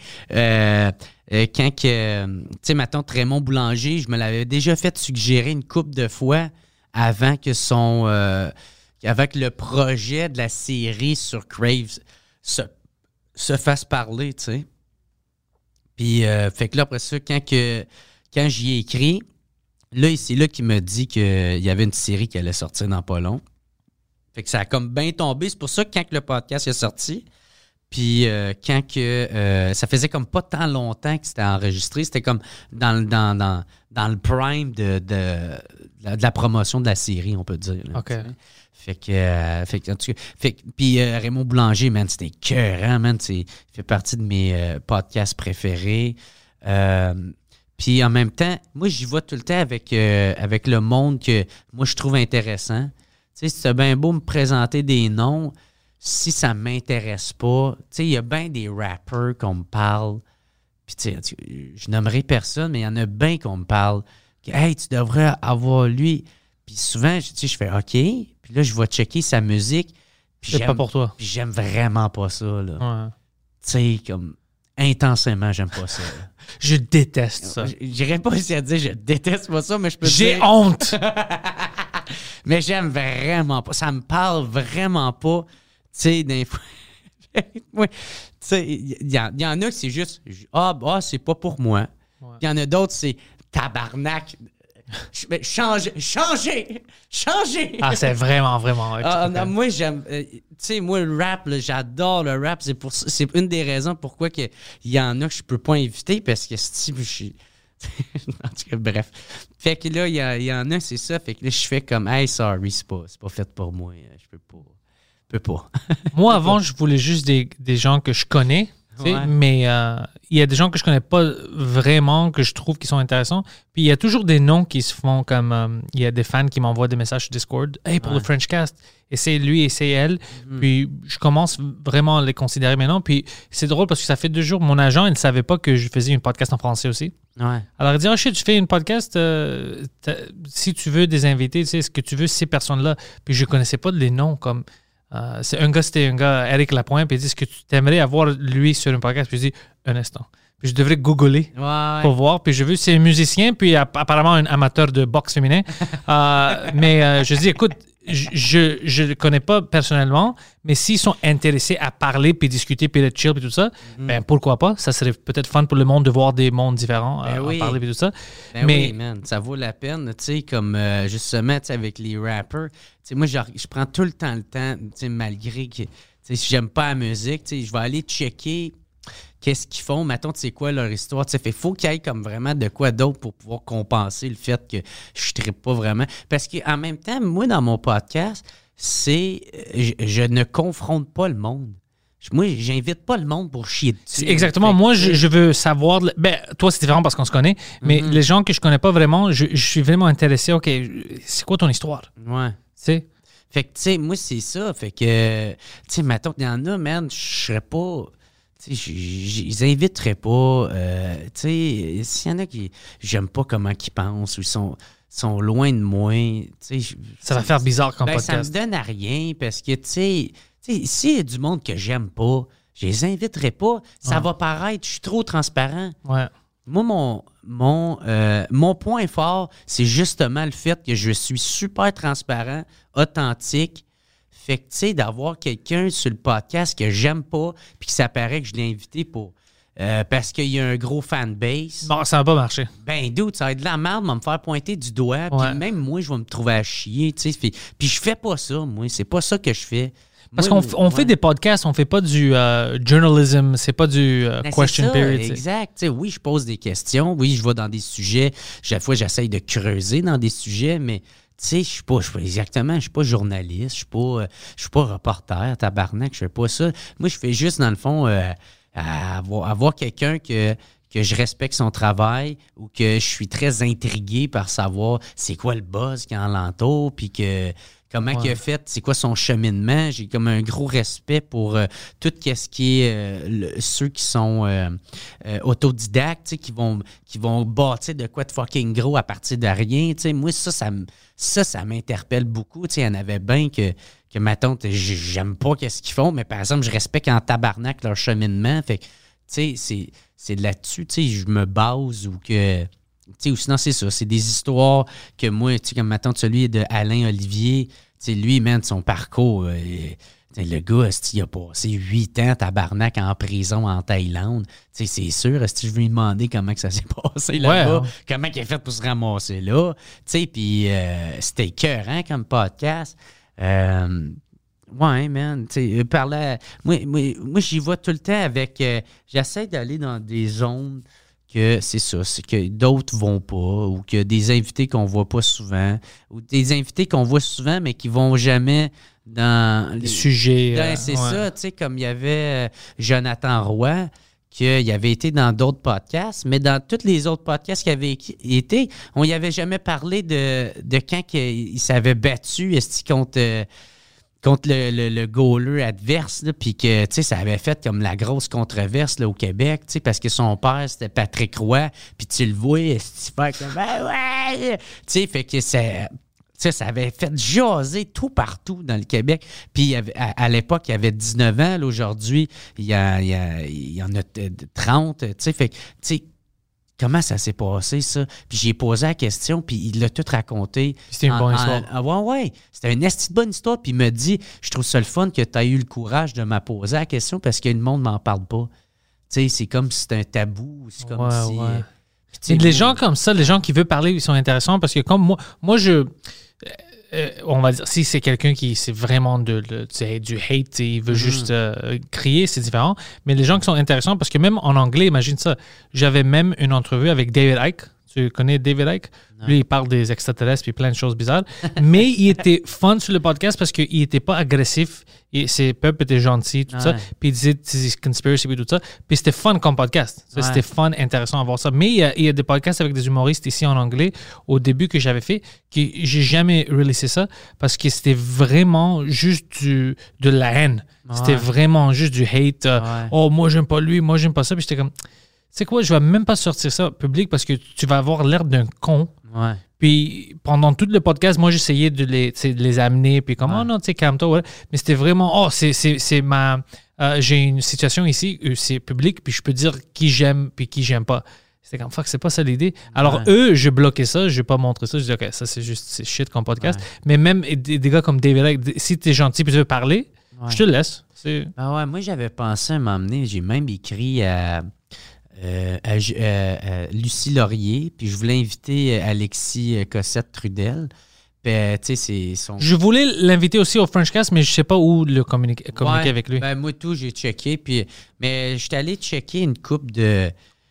Quand que, tu sais, ma tante Raymond Boulanger, je me l'avais déjà fait suggérer une couple de fois avant que avec le projet de la série sur Crave se fasse parler, tu sais. Puis, fait que là, après ça, quand j'y ai écrit, là, c'est là qu'il m'a dit qu'il y avait une série qui allait sortir dans pas long. Fait que ça a comme bien tombé. C'est pour ça que quand le podcast est sorti, puis ça faisait comme pas tant longtemps que c'était enregistré, c'était comme dans le prime de la promotion de la série, on peut dire. Là, OK. Fait que en tout cas, puis Raymond Boulanger, man, c'était écœurant, man. Il fait partie de mes podcasts préférés. Puis en même temps, moi, j'y vais tout le temps avec le monde que moi, je trouve intéressant. Tu sais, c'est bien beau me présenter des noms. Si ça ne m'intéresse pas, tu sais, il y a bien des rappers qu'on me parle. Puis, tu sais, je nommerai personne, mais il y en a bien qu'on me parle. Hey, tu devrais avoir lui. Puis souvent, tu sais, je fais OK. Puis là, je vais checker sa musique. Puis C'est pas pour toi. Puis j'aime vraiment pas ça, là. Ouais. Tu sais, comme intensément, j'aime pas ça. Je déteste ça. J'irais pas essayer de dire je déteste pas ça, mais je peux J'ai dire... honte! Mais j'aime vraiment pas. Ça me parle vraiment pas. Tu sais, des fois... ouais, tu sais, il y en a que c'est juste... c'est pas pour moi. Il y en a d'autres, c'est tabarnak. Changer! Ah, c'est vraiment, vraiment... Non, moi, j'aime... tu sais, moi, le rap, là, j'adore le rap. C'est une des raisons pourquoi il y en a que je peux pas inviter, parce que je suis... en tout cas, bref. Fait que là, il y en a, c'est ça. Fait que là, je fais comme, hey, sorry, c'est pas fait pour moi. Je peux pas. Moi, avant, je voulais juste des gens que je connais, tu sais, mais il y a des gens que je connais pas vraiment, que je trouve qui sont intéressants. Puis il y a toujours des noms qui se font comme... il y a des fans qui m'envoient des messages sur Discord. « Hey, pour le Frenchcast, essaye lui, essaye elle. Puis je commence vraiment à les considérer maintenant. Puis c'est drôle parce que ça fait 2 jours, mon agent, il ne savait pas que je faisais une podcast en français aussi. Ouais. Alors il dit « Oh shit, tu fais une podcast, si tu veux des invités, tu sais, est-ce que tu veux ces personnes-là? » Puis je connaissais pas les noms comme... c'était un gars, Eric Lapointe, puis il dit, est-ce que tu t'aimerais avoir lui sur un podcast? Puis je dis, un instant. Puis je devrais googler pour voir. Puis j'ai vu, c'est un musicien, puis apparemment un amateur de boxe féminin. Mais je dis, écoute, je le connais pas personnellement, mais s'ils sont intéressés à parler, puis discuter, puis être chill, puis tout ça, ben pourquoi pas? Ça serait peut-être fun pour le monde de voir des mondes différents, en parler, puis tout ça. Mais oui, man, ça vaut la peine, tu sais, comme justement, tu sais, avec les rappers. Tu sais, moi, je prends tout le temps, tu sais, malgré que, tu sais, si j'aime pas la musique, tu sais, je vais aller checker qu'est-ce qu'ils font, mettons, tu sais quoi, leur histoire. Tu sais, il faut qu'il y ait comme vraiment de quoi d'autre pour pouvoir compenser le fait que je ne trippe pas vraiment. Parce qu'en même temps, moi, dans mon podcast, je ne confronte pas le monde. Moi, j'invite pas le monde pour chier dessus. Exactement. Moi, je veux savoir... Ben, toi, c'est différent parce qu'on se connaît, mais les gens que je connais pas vraiment, je suis vraiment intéressé. OK, c'est quoi ton histoire? Ouais. Tu sais? Fait que, tu sais, moi, c'est ça. Fait que, tu sais, mettons, il y en a, man, je serais pas... Je les inviterais pas. Tu sais, s'il y en a qui... J'aime pas comment ils pensent ou ils sont loin de moi, tu sais... Ça va faire bizarre comme podcast. Ça me donne à rien parce que, tu sais, s'il y a du monde que j'aime pas, je les inviterai pas. Ça va paraître, je suis trop transparent. Ouais. Moi, mon point fort, c'est justement le fait que je suis super transparent, authentique. Fait que, tu sais, d'avoir quelqu'un sur le podcast que j'aime pas, puis que ça paraît que je l'ai invité pour... parce qu'il y a un gros fanbase. Bon, ça va pas marcher. Ben, dude, ça va être de la merde, va me faire pointer du doigt, puis même moi, je vais me trouver à chier, tu sais. Puis je fais pas ça, moi. C'est pas ça que je fais. Parce qu'on fait des podcasts, on fait pas du journalism, c'est pas du question period. Exact. T'sais, oui, je pose des questions. Oui, je vais dans des sujets. Chaque fois, j'essaye de creuser dans des sujets, mais tu sais, je suis pas journaliste, je suis pas reporter, tabarnak, je fais pas ça. Moi, je fais juste, dans le fond, avoir quelqu'un que que je respecte son travail ou que je suis très intrigué par savoir c'est quoi le buzz qui en l'entoure, puis que comment il a fait, c'est quoi son cheminement. J'ai comme un gros respect pour tout ce qui est ceux qui sont autodidactes, tu sais, qui vont bâtir de quoi de fucking gros à partir de rien. Tu sais, moi, ça m'interpelle beaucoup. Tu sais, il y en avait bien que ma tante, j'aime pas qu'est-ce qu'ils font, mais par exemple, je respecte en tabarnak leur cheminement. Fait que, tu sais, c'est là-dessus, tu sais, je me base ou que... Tu sais, ou sinon, c'est ça. C'est des histoires que moi, tu sais, comme ma tante, celui de Alain Olivier, tu sais, lui, man, son parcours, le gars, il a passé 8 ans, tabarnak, en prison en Thaïlande. Tu sais, c'est sûr, je veux lui demander comment que ça s'est passé là-bas, comment il a fait pour se ramasser là. Tu sais, puis c'était écœurant comme podcast. Ouais, man, tu sais, moi, j'y vais tout le temps avec... j'essaie d'aller dans des zones... que c'est ça, c'est que d'autres vont pas, ou que des invités qu'on voit pas souvent, ou des invités qu'on voit souvent, mais qui vont jamais dans... Les sujets. C'est ça, tu sais, comme il y avait Jonathan Roy, qu'il avait été dans d'autres podcasts, mais dans tous les autres podcasts qu'il avait été, on y avait jamais parlé de quand il s'avait battu contre le goaler adverse, puis que, tu sais, ça avait fait comme la grosse controverse là, au Québec, tu sais, parce que son père, c'était Patrick Roy, puis tu le vois, faire comme « ouais! » Tu sais, fait que ça avait fait jaser tout partout dans le Québec. Puis à l'époque, il y avait 19 ans, là, aujourd'hui, il y en a 30, tu sais, fait que, tu sais, comment ça s'est passé, ça? Puis j'ai posé la question, puis il l'a tout raconté. Puis c'était une bonne histoire. Ouais. C'était une esti de bonne histoire. Puis il me dit, je trouve ça le fun que tu as eu le courage de me poser la question parce que le monde ne m'en parle pas. Tu sais, c'est comme si c'était un tabou. C'est comme si... Mais les gens comme ça, les gens qui veulent parler, ils sont intéressants parce que comme moi je... on va dire, si c'est quelqu'un qui c'est vraiment du hate, il veut juste crier, c'est différent. Mais les gens qui sont intéressants, parce que même en anglais, imagine ça, j'avais même une entrevue avec David Icke. Tu connais David Icke? Non. Lui, il parle des extraterrestres et plein de choses bizarres. Mais il était fun sur le podcast parce qu'il n'était pas agressif. Et ses peuples étaient gentils, tout ça. Puis il disait des conspiracies et tout ça. Puis c'était fun comme podcast. C'était fun, intéressant à voir ça. Mais il y a des podcasts avec des humoristes ici en anglais au début que j'avais fait que j'ai jamais releasé ça parce que c'était vraiment juste de la haine. C'était vraiment juste du hate. Oh, moi, j'aime pas lui, moi, j'aime pas ça. Puis j'étais comme... Tu sais quoi, je vais même pas sortir ça public parce que tu vas avoir l'air d'un con. Ouais. Puis pendant tout le podcast, moi, j'essayais de les amener. Puis comme, oh non, tu sais, calme-toi. Ouais. Mais c'était vraiment, j'ai une situation ici, c'est public, puis je peux dire qui j'aime puis qui j'aime pas. C'était comme, fuck, c'est pas ça l'idée. Alors eux, je bloquais ça, je vais pas montrer ça. Je dis, OK, ça, c'est shit comme podcast. Ouais. Mais même des gars comme David, si t'es gentil puis tu veux parler, je te laisse. Moi, j'avais pensé à m'emmener, j'ai même écrit à Lucie Laurier, puis je voulais inviter Alexis Cossette-Trudel. Je voulais l'inviter aussi au Frenchcast, mais je sais pas où le communiquer avec lui. Moi, tout, j'ai checké. Mais je suis allé checker une couple des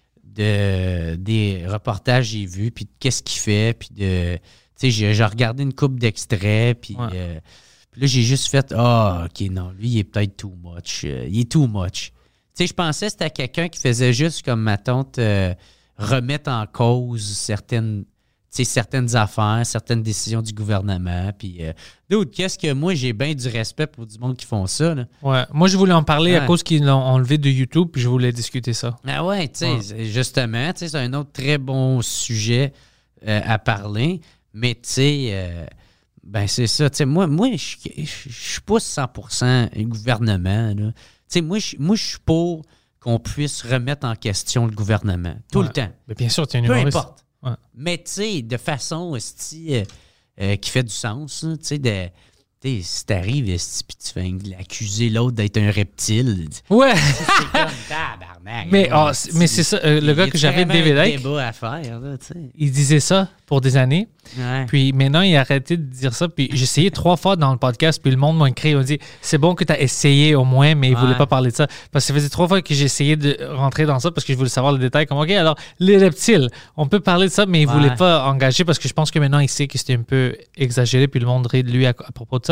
reportages que j'ai vus, puis qu'est-ce qu'il fait, puis j'ai regardé une couple d'extraits, puis là, j'ai juste fait « OK, non, lui, il est peut-être too much. Il est too much. » Tu sais, je pensais que c'était quelqu'un qui faisait juste, comme ma tante, remettre en cause certaines affaires, certaines décisions du gouvernement. Puis, qu'est-ce que moi, j'ai bien du respect pour du monde qui font ça. Là. Ouais. Moi, je voulais en parler à cause qu'ils l'ont enlevé de YouTube, puis je voulais discuter ça. Ah ouais, tu sais, justement, c'est un autre très bon sujet à parler. Mais, tu sais, c'est ça. Tu sais, moi je suis pas 100% gouvernement, là. Tu sais, moi, je suis pour qu'on puisse remettre en question le gouvernement. Tout le temps. Mais bien sûr, tu es un humoriste. Peu importe. Ouais. Mais, tu sais, de façon qui fait du sens. Tu sais, si t'arrives et tu fais accuser l'autre d'être un reptile. Ouais. C'est comme tabarnak. Mais c'est ça. Le gars que j'avais, David Icke, débat à faire, là, il disait ça pour des années. Ouais. Puis maintenant, il a arrêté de dire ça. Puis j'ai essayé 3 fois dans le podcast. Puis le monde m'a écrit. Il m'a dit, c'est bon que tu as essayé au moins, mais il ne voulait pas parler de ça. Parce que ça faisait 3 fois que j'ai essayé de rentrer dans ça parce que je voulais savoir les détails. Comme, OK, alors, les reptiles, on peut parler de ça, mais il ne voulait pas engager parce que je pense que maintenant, il sait que c'était un peu exagéré. Puis le monde rit de lui à propos de ça.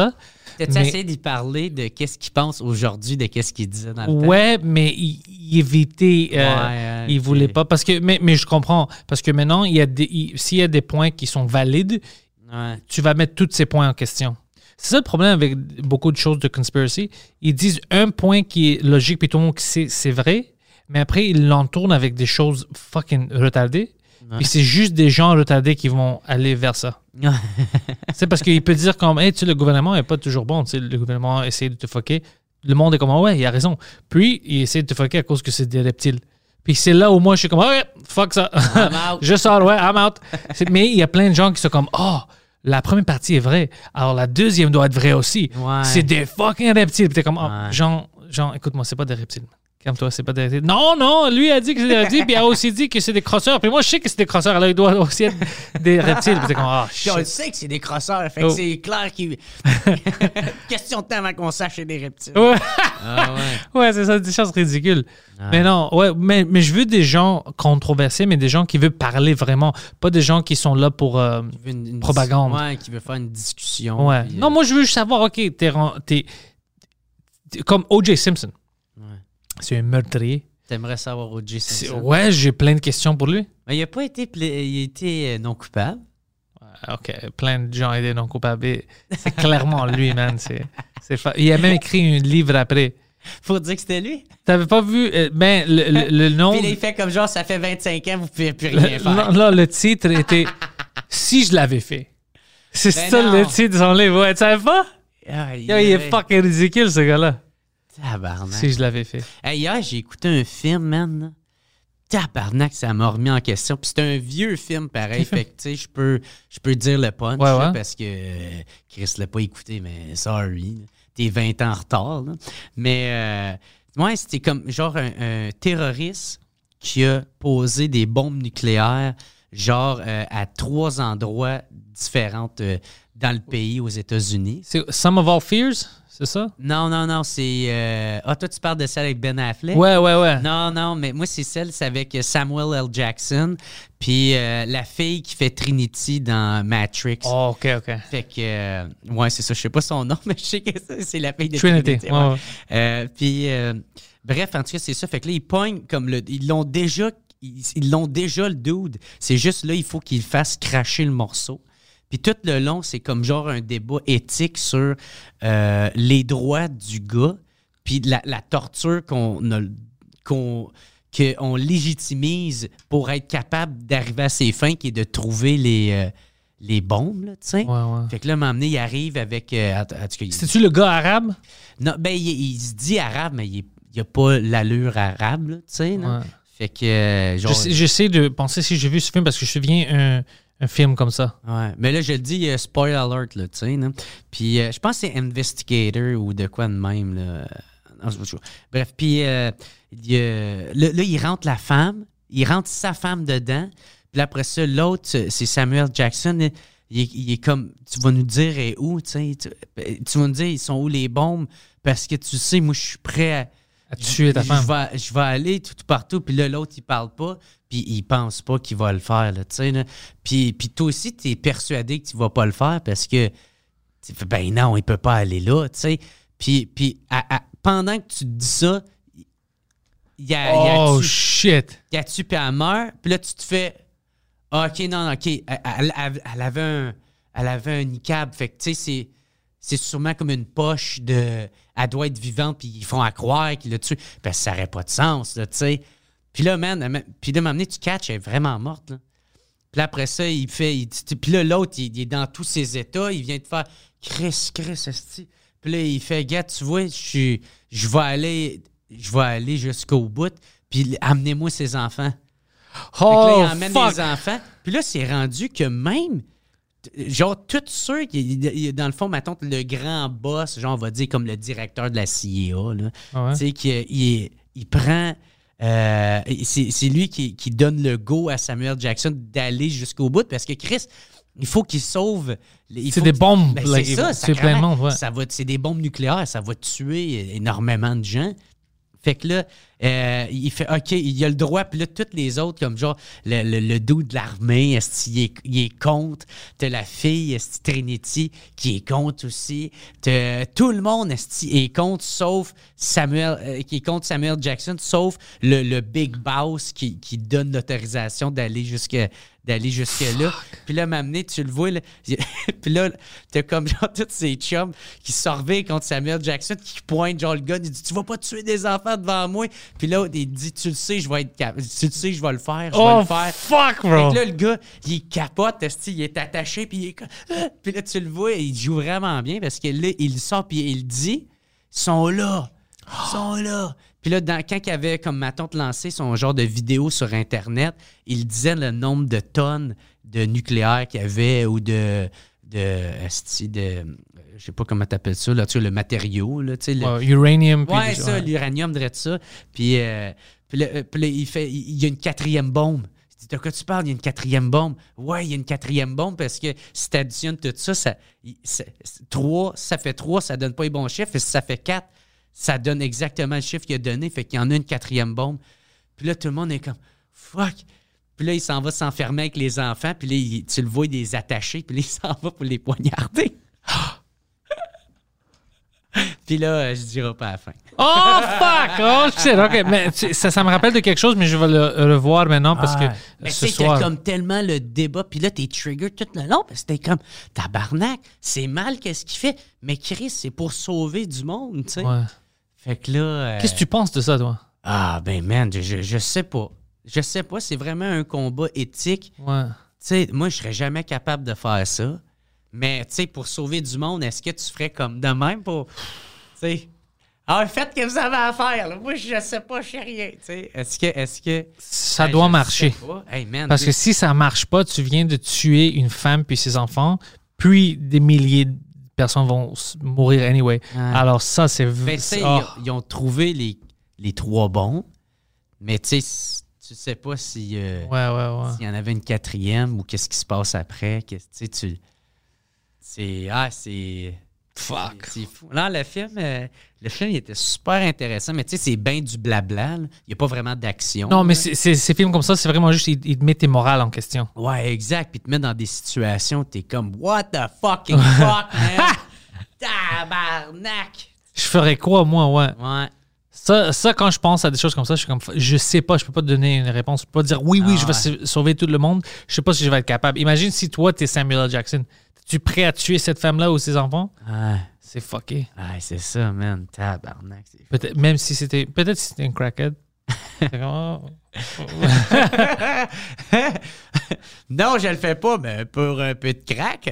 T'as-tu essayé d'y parler de qu'est-ce qu'il pense aujourd'hui de qu'est-ce qu'il disait dans le temps? Ouais, mais il évitait. Il voulait pas. Parce que, mais je comprends. Parce que maintenant, s'il y a des points qui sont valides, tu vas mettre tous ces points en question. C'est ça le problème avec beaucoup de choses de conspiracy. Ils disent un point qui est logique, puis tout le monde sait c'est vrai, mais après, ils l'entournent avec des choses fucking retardées. Puis c'est juste des gens retardés qui vont aller vers ça. C'est parce qu'il peut dire comme, hey, tu sais, le gouvernement n'est pas toujours bon. Tu sais, le gouvernement essaie de te fucker. Le monde est comme, ouais, il a raison. Puis, il essaie de te fucker à cause que c'est des reptiles. Puis c'est là où moi, je suis comme, ouais, fuck ça. Je sors, ouais, I'm out. Mais il y a plein de gens qui sont comme, oh, la première partie est vraie. Alors la deuxième doit être vraie aussi. Ouais. C'est des fucking reptiles. Puis t'es comme, oh, Jean, écoute-moi, c'est pas des reptiles. Calme-toi, c'est pas des reptiles. Non, lui a dit que c'est des reptiles, puis il a aussi dit que c'est des crosseurs. Puis moi, je sais que c'est des crosseurs, alors il doit aussi être des reptiles. Puis t'es comme, oh, shit. Puis on le sait que c'est des crosseurs, fait que c'est clair qu'il... Question de temps avant qu'on sache que c'est des reptiles. Ouais. Ah ouais. Ouais, c'est ça, des choses ridicules. Mais non, ouais, mais je veux des gens controversés, mais des gens qui veulent parler vraiment, pas des gens qui sont là pour propagande. Ouais, qui veut faire une discussion. Ouais. Puis, non, moi, je veux juste savoir, OK, t'es comme O.J. Simpson. Ouais. C'est un meurtrier. T'aimerais savoir O.J. Simpson? Ouais, j'ai plein de questions pour lui. Mais il a pas été... il a été non coupable. OK, plein de gens étaient non coupables. Et c'est clairement lui, man. Il a même écrit un livre après. Faut dire que c'était lui. T'avais pas vu le nom... Puis là, il fait comme genre, ça fait 25 ans, vous pouvez plus rien faire. Non, le titre était « Si je l'avais fait ». C'est Ben ça non. le titre de son livre. Ouais, tu savais pas? Il Il est fucking ridicule, ce gars-là. Tabarnak. Si je l'avais fait. Hey, hier, j'ai écouté un film, man. Tabarnak, ça m'a remis en question. Puis c'est un vieux film, pareil. Fait que, tu sais, je peux dire le punch, Ouais, là, ouais. parce que Chris l'a pas écouté, mais sorry. Là. T'es 20 ans en retard, là. Mais, ouais, c'était comme genre un terroriste qui a posé des bombes nucléaires, genre à 3 endroits différents dans le pays, aux États-Unis. C'est Some of Our Fears, c'est ça? Non, c'est... toi, tu parles de celle avec Ben Affleck? Ouais. Non, mais moi, c'est avec Samuel L. Jackson, puis la fille qui fait Trinity dans Matrix. Oh, OK. Fait que... ouais, c'est ça. Je sais pas son nom, mais je sais que c'est la fille de Trinity. Trinity. Ouais. Puis, bref, en tout cas, c'est ça. Fait que là, ils pognent comme le... Ils l'ont déjà le dude. C'est juste là, il faut qu'ils fassent cracher le morceau. Puis tout le long, c'est comme genre un débat éthique sur les droits du gars, puis la torture qu'on légitimise pour être capable d'arriver à ses fins, qui est de trouver les bombes, là, tu sais. Ouais. Fait que là, m'emmener, il arrive avec... C'était-tu le gars arabe? Non, ben, il se dit arabe, mais il n'a pas l'allure arabe, là, tu sais. Ouais. Fait que... genre... J'essaie de penser si j'ai vu ce film, parce que je me souviens un film comme ça. Ouais, mais là, je le dis, spoiler alert, là, tu sais, là. Puis, je pense que c'est Investigator ou de quoi de même, là. Non, bref, puis, là, il rentre la femme, il rentre sa femme dedans, puis après ça, l'autre, c'est Samuel Jackson, il est comme, tu vas nous dire où, tu sais, tu vas nous dire, ils sont où les bombes, parce que tu sais, moi, je suis prêt à tuer ta femme. Je vais aller tout partout, puis là, l'autre, il parle pas, puis il pense pas qu'il va le faire, là, tu sais, là. Puis toi aussi, t'es persuadé que tu vas pas le faire parce que, tu fais, ben non, il peut pas aller là, tu sais. Puis pendant que tu te dis ça, il y a shit! Il y a tu, puis elle meurt, puis là, tu te fais, OK, non, OK, elle avait un niqab, fait que, tu sais, c'est sûrement comme une poche de... Elle doit être vivante, puis ils font à croire qu'il l'a tué. Parce que ça n'aurait pas de sens, là, tu sais. Puis là, man, puis de m'amener, tu catches, elle est vraiment morte, là. Puis là, après ça, puis là, l'autre, il est dans tous ses états, il vient de faire Chris, esti. Puis là, il fait, gars, tu vois, je vais aller jusqu'au bout, puis amenez-moi ses enfants. Fait que là, il emmène les enfants. Puis là, c'est rendu que même... Genre, tout ceux qui, dans le fond, mettons, le grand boss, genre, on va dire comme le directeur de la CIA, là, ouais. Tu sais, il prend... c'est lui qui donne le go à Samuel Jackson d'aller jusqu'au bout, parce que Chris, il faut qu'il sauve... C'est des bombes. Ben, c'est ça, c'est plein de monde, ouais. C'est des bombes nucléaires, ça va tuer énormément de gens. Fait que là, Il fait OK, il a le droit. Puis là, toutes les autres, comme genre le dude de l'armée, il est contre. T'as la fille, Trinity, qui est contre aussi. T'as tout le monde est contre, sauf Samuel, qui est contre Samuel Jackson, sauf le Big Boss qui donne l'autorisation d'aller jusque-là. Puis là, m'amener, tu le vois, là, puis là, t'as comme genre tous ces chums qui sorvaient contre Samuel Jackson, qui pointent genre le gars, il dit « Tu vas pas tuer des enfants devant moi! » Puis là, il dit « Tu le sais, je vais être capable. Tu le sais, je vais le faire, je vais le faire. » Fuck, bro! Fait que là, le gars, il capote, il est attaché, puis il est comme... Puis là, tu le vois, il joue vraiment bien, parce que là, il sort, puis il dit « Ils sont là! Ils sont là! » Puis là, quand il avait, comme ma tante, lancé son genre de vidéo sur Internet, il disait le nombre de tonnes de nucléaire qu'il y avait ou je sais pas comment t'appelles ça, là, tu sais, le matériau, là, tu sais. Uranium. Ouais, ça, l'uranium, dirait ça. Puis là, il y a une 4e bombe. Il dit, de quoi tu parles? Il y a une 4e bombe. Ouais, il y a une 4e bombe parce que si tu additionnes tout ça, ça fait 3, ça donne pas les bons chiffres. Et si ça fait 4, ça donne exactement le chiffre qu'il a donné. Fait qu'il y en a une 4e bombe. Puis là, tout le monde est comme « Fuck! » Puis là, il s'en va s'enfermer avec les enfants. Puis là, tu le vois, il les attacher. Puis là, il s'en va pour les poignarder. Puis là, je dirai pas à la fin. Oh, fuck! Oh, shit! OK, mais ça me rappelle de quelque chose, mais je vais le revoir maintenant parce que mais ce tu sais, soir... t'as comme tellement le débat, puis là, t'es trigger tout le long, parce que t'es comme, tabarnak, c'est mal qu'est-ce qu'il fait, mais Chris, c'est pour sauver du monde, tu sais. Ouais. Fait que là... Qu'est-ce que tu penses de ça, toi? Ah, ben man, je sais pas. Je sais pas, c'est vraiment un combat éthique. Ouais. Tu sais, moi, je serais jamais capable de faire ça, mais tu sais, pour sauver du monde, est-ce que tu ferais comme de même pour... Tu sais... Ah, faites ce que vous avez à faire. Là. Moi, je sais pas, je sais rien. T'sais. Est-ce que... Ça doit marcher. Hey, man, parce que si ça marche pas, tu viens de tuer une femme puis ses enfants, puis des milliers de personnes vont mourir anyway. Alors ça, c'est... Ben, ils ont trouvé les 3 bons, mais tu sais, tu sais pas si, s'il y en avait une 4e ou qu'est-ce qui se passe après. C'est... Fuck. C'est fou. Non, le film, il était super intéressant, mais tu sais, c'est bien du blabla. Il n'y a pas vraiment d'action. Non, mais ces films comme ça, c'est vraiment juste, ils te mettent tes morales en question. Ouais, exact. Puis ils te mettent dans des situations où t'es comme, what the fucking fuck, man? Tabarnak! Je ferais quoi, moi, ouais. Ouais. Ça, quand je pense à des choses comme ça, je suis comme, je sais pas, je peux pas te donner une réponse. Je peux pas dire, oui, je vais sauver tout le monde. Je sais pas si je vais être capable. Imagine si toi, t'es Samuel L. Jackson. Es-tu prêt à tuer cette femme-là ou ses enfants? Ouais. C'est fucké. Ouais, c'est ça, man. Tabarnak. Peut-être, même si c'était... Peut-être si c'était un crackhead. C'est comme... Non, je le fais pas, mais pour un peu de crack.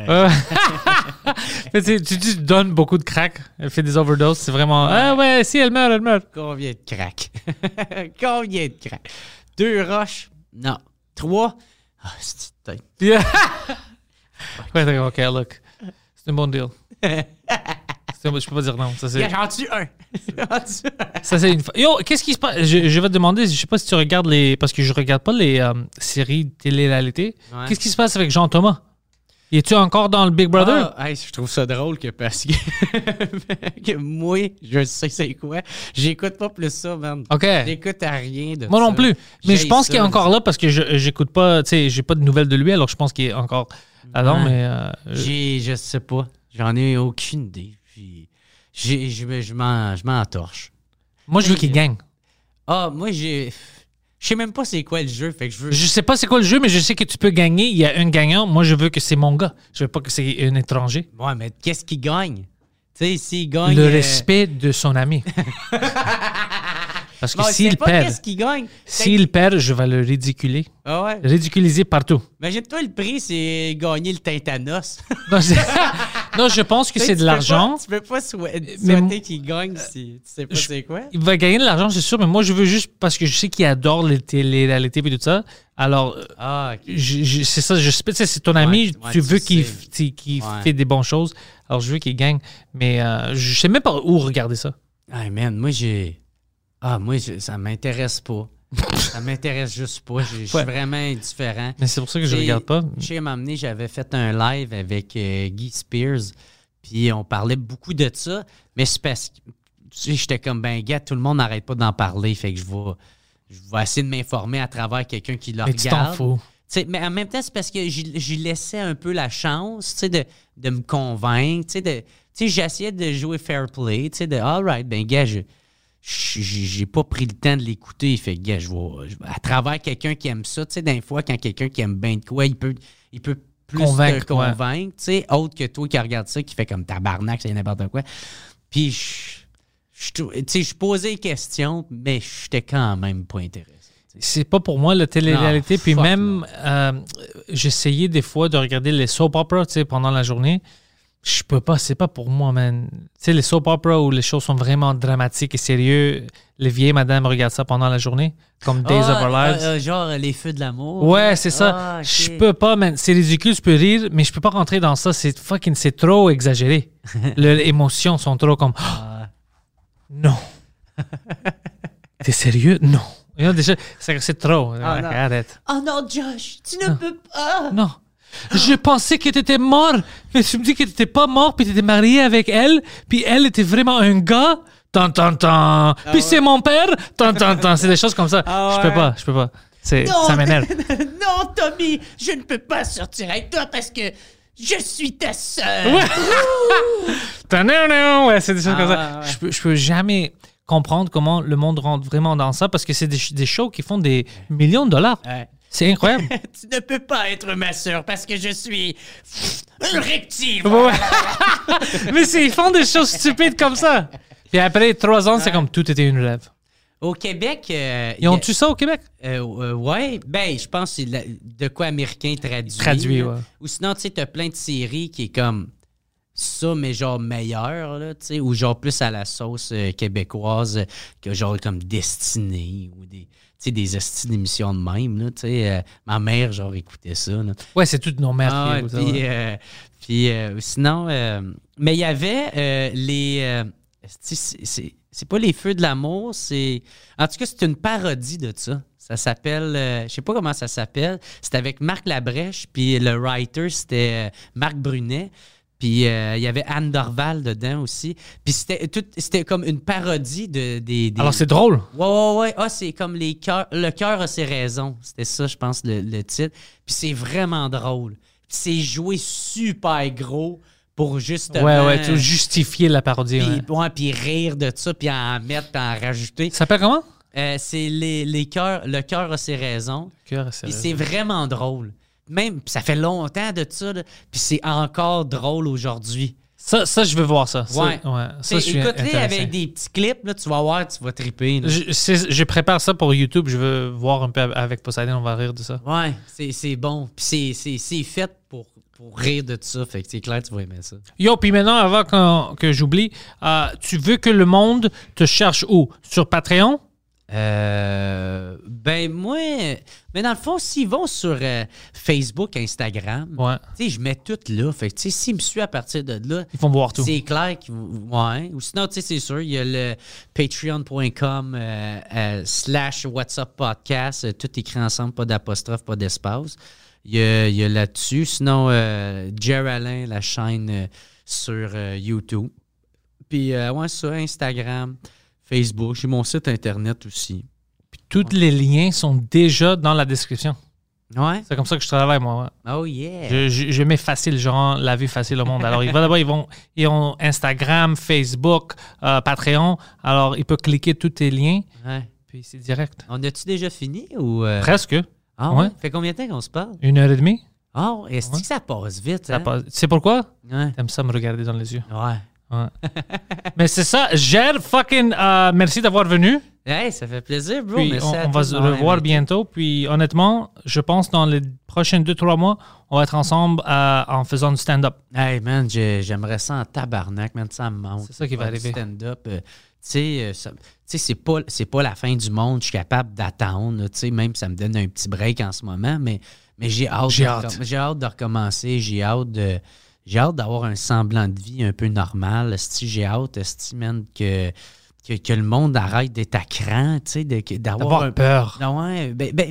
Mais tu donnes beaucoup de crack. Elle fait des overdoses. C'est vraiment... Ah ouais, si, elle meurt, elle meurt. Combien de crack? Combien de crack? 2 roches? Non. 3? Ah, c'est tête. Yeah. Ouais, OK, look. C'est un bon deal. Je peux pas dire non. Ça, c'est... J'en tue un. Ça, c'est une... Yo, qu'est-ce qui se passe? Je vais te demander, je sais pas si tu regardes les... Parce que je regarde pas les séries de télé-réalité. Ouais. Qu'est-ce qui se passe avec Jean-Thomas? Es-tu encore dans le Big Brother? Ah, hey, je trouve ça drôle parce que moi, je sais c'est quoi. J'écoute pas plus ça, man. OK. J'écoute à rien de ça. Moi non plus. Mais je pense qu'il est encore là parce que j'écoute pas, tu sais, j'ai pas de nouvelles de lui, alors je pense qu'il est encore là-dedans, mais... Je sais pas. J'en ai aucune idée. Puis je m'en torche. Moi, je veux qu'il gagne. Ah, moi, je sais même pas c'est quoi le jeu. Fait que je sais pas c'est quoi le jeu, mais je sais que tu peux gagner. Il y a un gagnant. Moi, je veux que c'est mon gars. Je veux pas que c'est un étranger. Ouais, mais qu'est-ce qu'il gagne? Tu sais, s'il gagne... Le respect de son ami. Parce que s'il perd... Qu'est-ce qu'il gagne? S'il perd, je vais le ridiculer. Ah ouais? Ridiculiser partout. Imagine-toi, le prix, c'est gagner le tétanos. Non, je pense que c'est de l'argent. Tu peux pas souhaiter qu'il gagne si tu sais pas c'est quoi. Il va gagner de l'argent, c'est sûr, mais moi, je veux juste parce que je sais qu'il adore les télé-réalités et tout ça. Alors, okay. C'est ça, je sais, c'est ton ami, tu veux qu'il fait des bonnes choses. Alors, je veux qu'il gagne, mais je sais même pas où regarder ça. Ah, man, moi, ça m'intéresse pas. Ça m'intéresse juste pas. Je suis vraiment indifférent. Mais c'est pour ça que je regarde pas. Chez m'amener, j'avais fait un live avec Guy Spears, puis on parlait beaucoup de ça, mais c'est parce que sais, j'étais comme, ben, gars, tout le monde n'arrête pas d'en parler, fait que je vais essayer de m'informer à travers quelqu'un qui le Mais regarde. tu t'en fous. T'sais, mais en même temps, c'est parce que j'y laissais un peu la chance, de me convaincre, j'essayais de jouer fair play, all right, ben, gars, j'ai pas pris le temps de l'écouter, fait que, gars, à travers quelqu'un qui aime ça, des fois, quand quelqu'un qui aime bien de quoi, il peut plus Convaincre, te convaincre, autre que toi qui regarde ça, qui fait comme tabarnak, c'est n'importe quoi. Puis, je posais des questions, mais j'étais quand même pas intéressé. C'est pas pour moi la télé-réalité. Non, puis fuck même, j'essayais des fois de regarder les soap operas pendant la journée. Je peux pas, c'est pas pour moi, man. Tu sais, les soap operas où les choses sont vraiment dramatiques et sérieux, les vieilles madames regardent ça pendant la journée, comme Days of Our Lives. Genre les feux de l'amour. Ouais, c'est ça. Okay. Je peux pas, man. C'est ridicule, je peux rire, mais je peux pas rentrer dans ça. C'est trop exagéré. Les émotions sont trop comme... Non. T'es sérieux? Non. Déjà, c'est trop. Non. Arrête. Oh non, Josh, tu ne peux pas. Non. Je pensais que t'étais mort, mais tu me dis que t'étais pas mort, puis t'étais marié avec elle, puis elle était vraiment un gars. Puis c'est mon père. C'est des choses comme ça. Je peux pas. Ça m'énerve. Non, Tommy, je ne peux pas sortir avec toi parce que je suis ta sœur. Ouais, c'est des choses comme ça. Ouais. Je peux jamais comprendre comment le monde rentre vraiment dans ça parce que c'est des shows qui font des millions de dollars. Ouais. C'est incroyable. Tu ne peux pas être ma sœur parce que je suis un reptile. Ouais. Mais ils font des choses stupides comme ça. Puis après 3 ans, c'est comme tout était une rêve. Au Québec... Ils ont-tu ça au Québec? Ouais. Ben, je pense que c'est de quoi américain traduit. Traduit, ouais. Ou sinon, tu sais, t'as plein de séries qui est comme ça, mais genre meilleur, là, tu sais, ou genre plus à la sauce québécoise, que genre comme Destinée, ou des hosties d'émissions de même, là, tu sais. Ma mère, genre, écoutait ça, là. Ouais, c'est toutes nos mères qui écoutent ça. Puis sinon... mais il y avait les... c'est pas les feux de l'amour, c'est... En tout cas, c'est une parodie de ça. Ça s'appelle... je sais pas comment ça s'appelle. C'est avec Marc Labrèche, puis le writer, c'était Marc Brunet. Puis il y avait Anne Dorval dedans aussi. Puis c'était comme une parodie des... Alors, c'est drôle. Ouais. Ah, c'est comme le cœur a ses raisons. C'était ça, je pense, le titre. Puis c'est vraiment drôle. Puis c'est joué super gros pour justement... Ouais, tu justifier la parodie. Puis rire de ça, puis en mettre, puis en rajouter. Ça s'appelle comment? C'est le cœur a ses raisons. Puis c'est vraiment drôle. Même, ça fait longtemps de ça, là, puis c'est encore drôle aujourd'hui. Ça, je veux voir ça. Ouais. Écoute-les avec des petits clips, là, tu vas voir, tu vas triper. Je prépare ça pour YouTube. Je veux voir un peu avec Poseidon. On va rire de ça. Ouais, c'est bon. Puis c'est fait pour rire de ça. Fait que c'est clair, tu vas aimer ça. Yo, puis maintenant, avant que j'oublie, tu veux que le monde te cherche où? Sur Patreon? Ben moi, mais dans le fond, s'ils vont sur Facebook, Instagram, tu sais, je mets tout là. Fait que tu sais, s'ils me suivent à partir de là, ils vont voir tout. C'est clair qu'ils ouais. Ou sinon, tu sais, c'est sûr, il y a le patreon.com /WhatsApp podcast, tout écrit ensemble, pas d'apostrophe, pas d'espace. Il y a là-dessus. Sinon, Jer Alain, la chaîne sur YouTube. Puis sur Instagram. Facebook, j'ai mon site Internet aussi. Puis tous les liens sont déjà dans la description. Ouais. C'est comme ça que je travaille, moi. Ouais. Oh yeah. Je mets facile, je rends la vie facile au monde. Alors, ils ont Instagram, Facebook, Patreon. Alors, il peut cliquer tous tes liens. Ouais. Puis c'est direct. On a-tu déjà fini ou... Presque. Ah ouais? Fait combien de temps qu'on se parle? 1h30. Oh, est-ce que ça passe vite? Ça passe. Tu sais pourquoi? Ouais. T'aimes ça me regarder dans les yeux. Ouais. Mais c'est ça. Jer, merci d'avoir venu. Hey, ça fait plaisir, bro. Puis on va se revoir bientôt. Puis honnêtement, je pense dans les prochains 2-3 mois, on va être ensemble en faisant du stand-up. Hey man, j'aimerais ça en tabarnak, man. Ça me manque. C'est ça qui va arriver. Stand-up. Tu sais, c'est pas la fin du monde. Je suis capable d'attendre. Tu sais, même ça me donne un petit break en ce moment. Mais j'ai hâte. J'ai hâte de recommencer. J'ai hâte d'avoir un semblant de vie un peu normal. J'ai hâte, man, que le monde arrête d'être à cran, tu sais, d'avoir peur. Ouais, ben,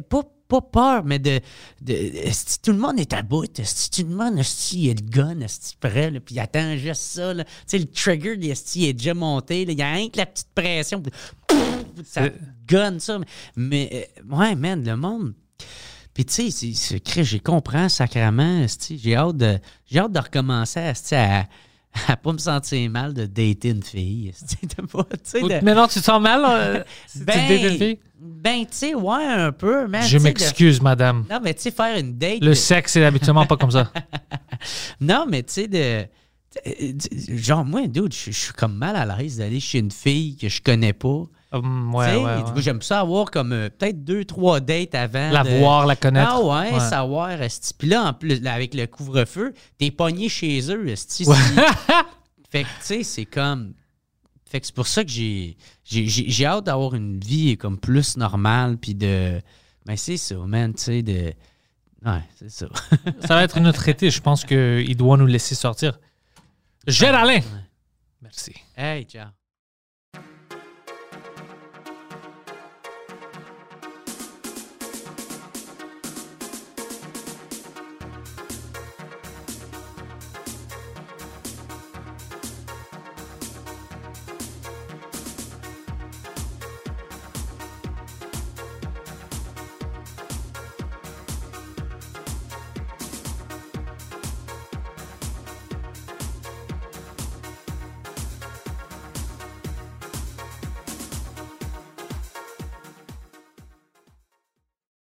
pas peur, mais esti, tout le monde est à bout. Esti, tout le monde, esti, il a le gun, esti, prêt, là, puis il attend juste ça. Là. Tu sais, le trigger, esti, est déjà monté. Là. Il y a rien que la petite pression. Puis, ça gun, ça. Mais ouais, man, le monde... Puis, tu sais, j'ai compris sacrément, esti, j'ai hâte de recommencer, esti, à pas me sentir mal de dater une fille. Maintenant, tu te sens mal si tu dates une fille? Ben, tu sais, ouais, un peu. Man, je m'excuse, madame. Non, mais tu sais, faire une date... Le sexe, c'est habituellement pas comme ça. Non, mais tu sais, genre, moi, dude, je suis comme mal à l'aise d'aller chez une fille que je connais pas. Ouais. Du coup, j'aime ça avoir comme peut-être 2-3 dates avant. Voir, la connaître. Ah ouais. Savoir. Puis là, en plus, là, avec le couvre-feu, t'es pogné chez eux. Fait que, tu sais, c'est comme... Fait que c'est pour ça que j'ai hâte d'avoir une vie comme plus normale, puis de... Ben, c'est ça, man, tu sais, de... Ouais, c'est ça. Ça va être une autre été. Je pense qu'il doit nous laisser sortir. Géraldin! Ouais. Merci. Hey, ciao.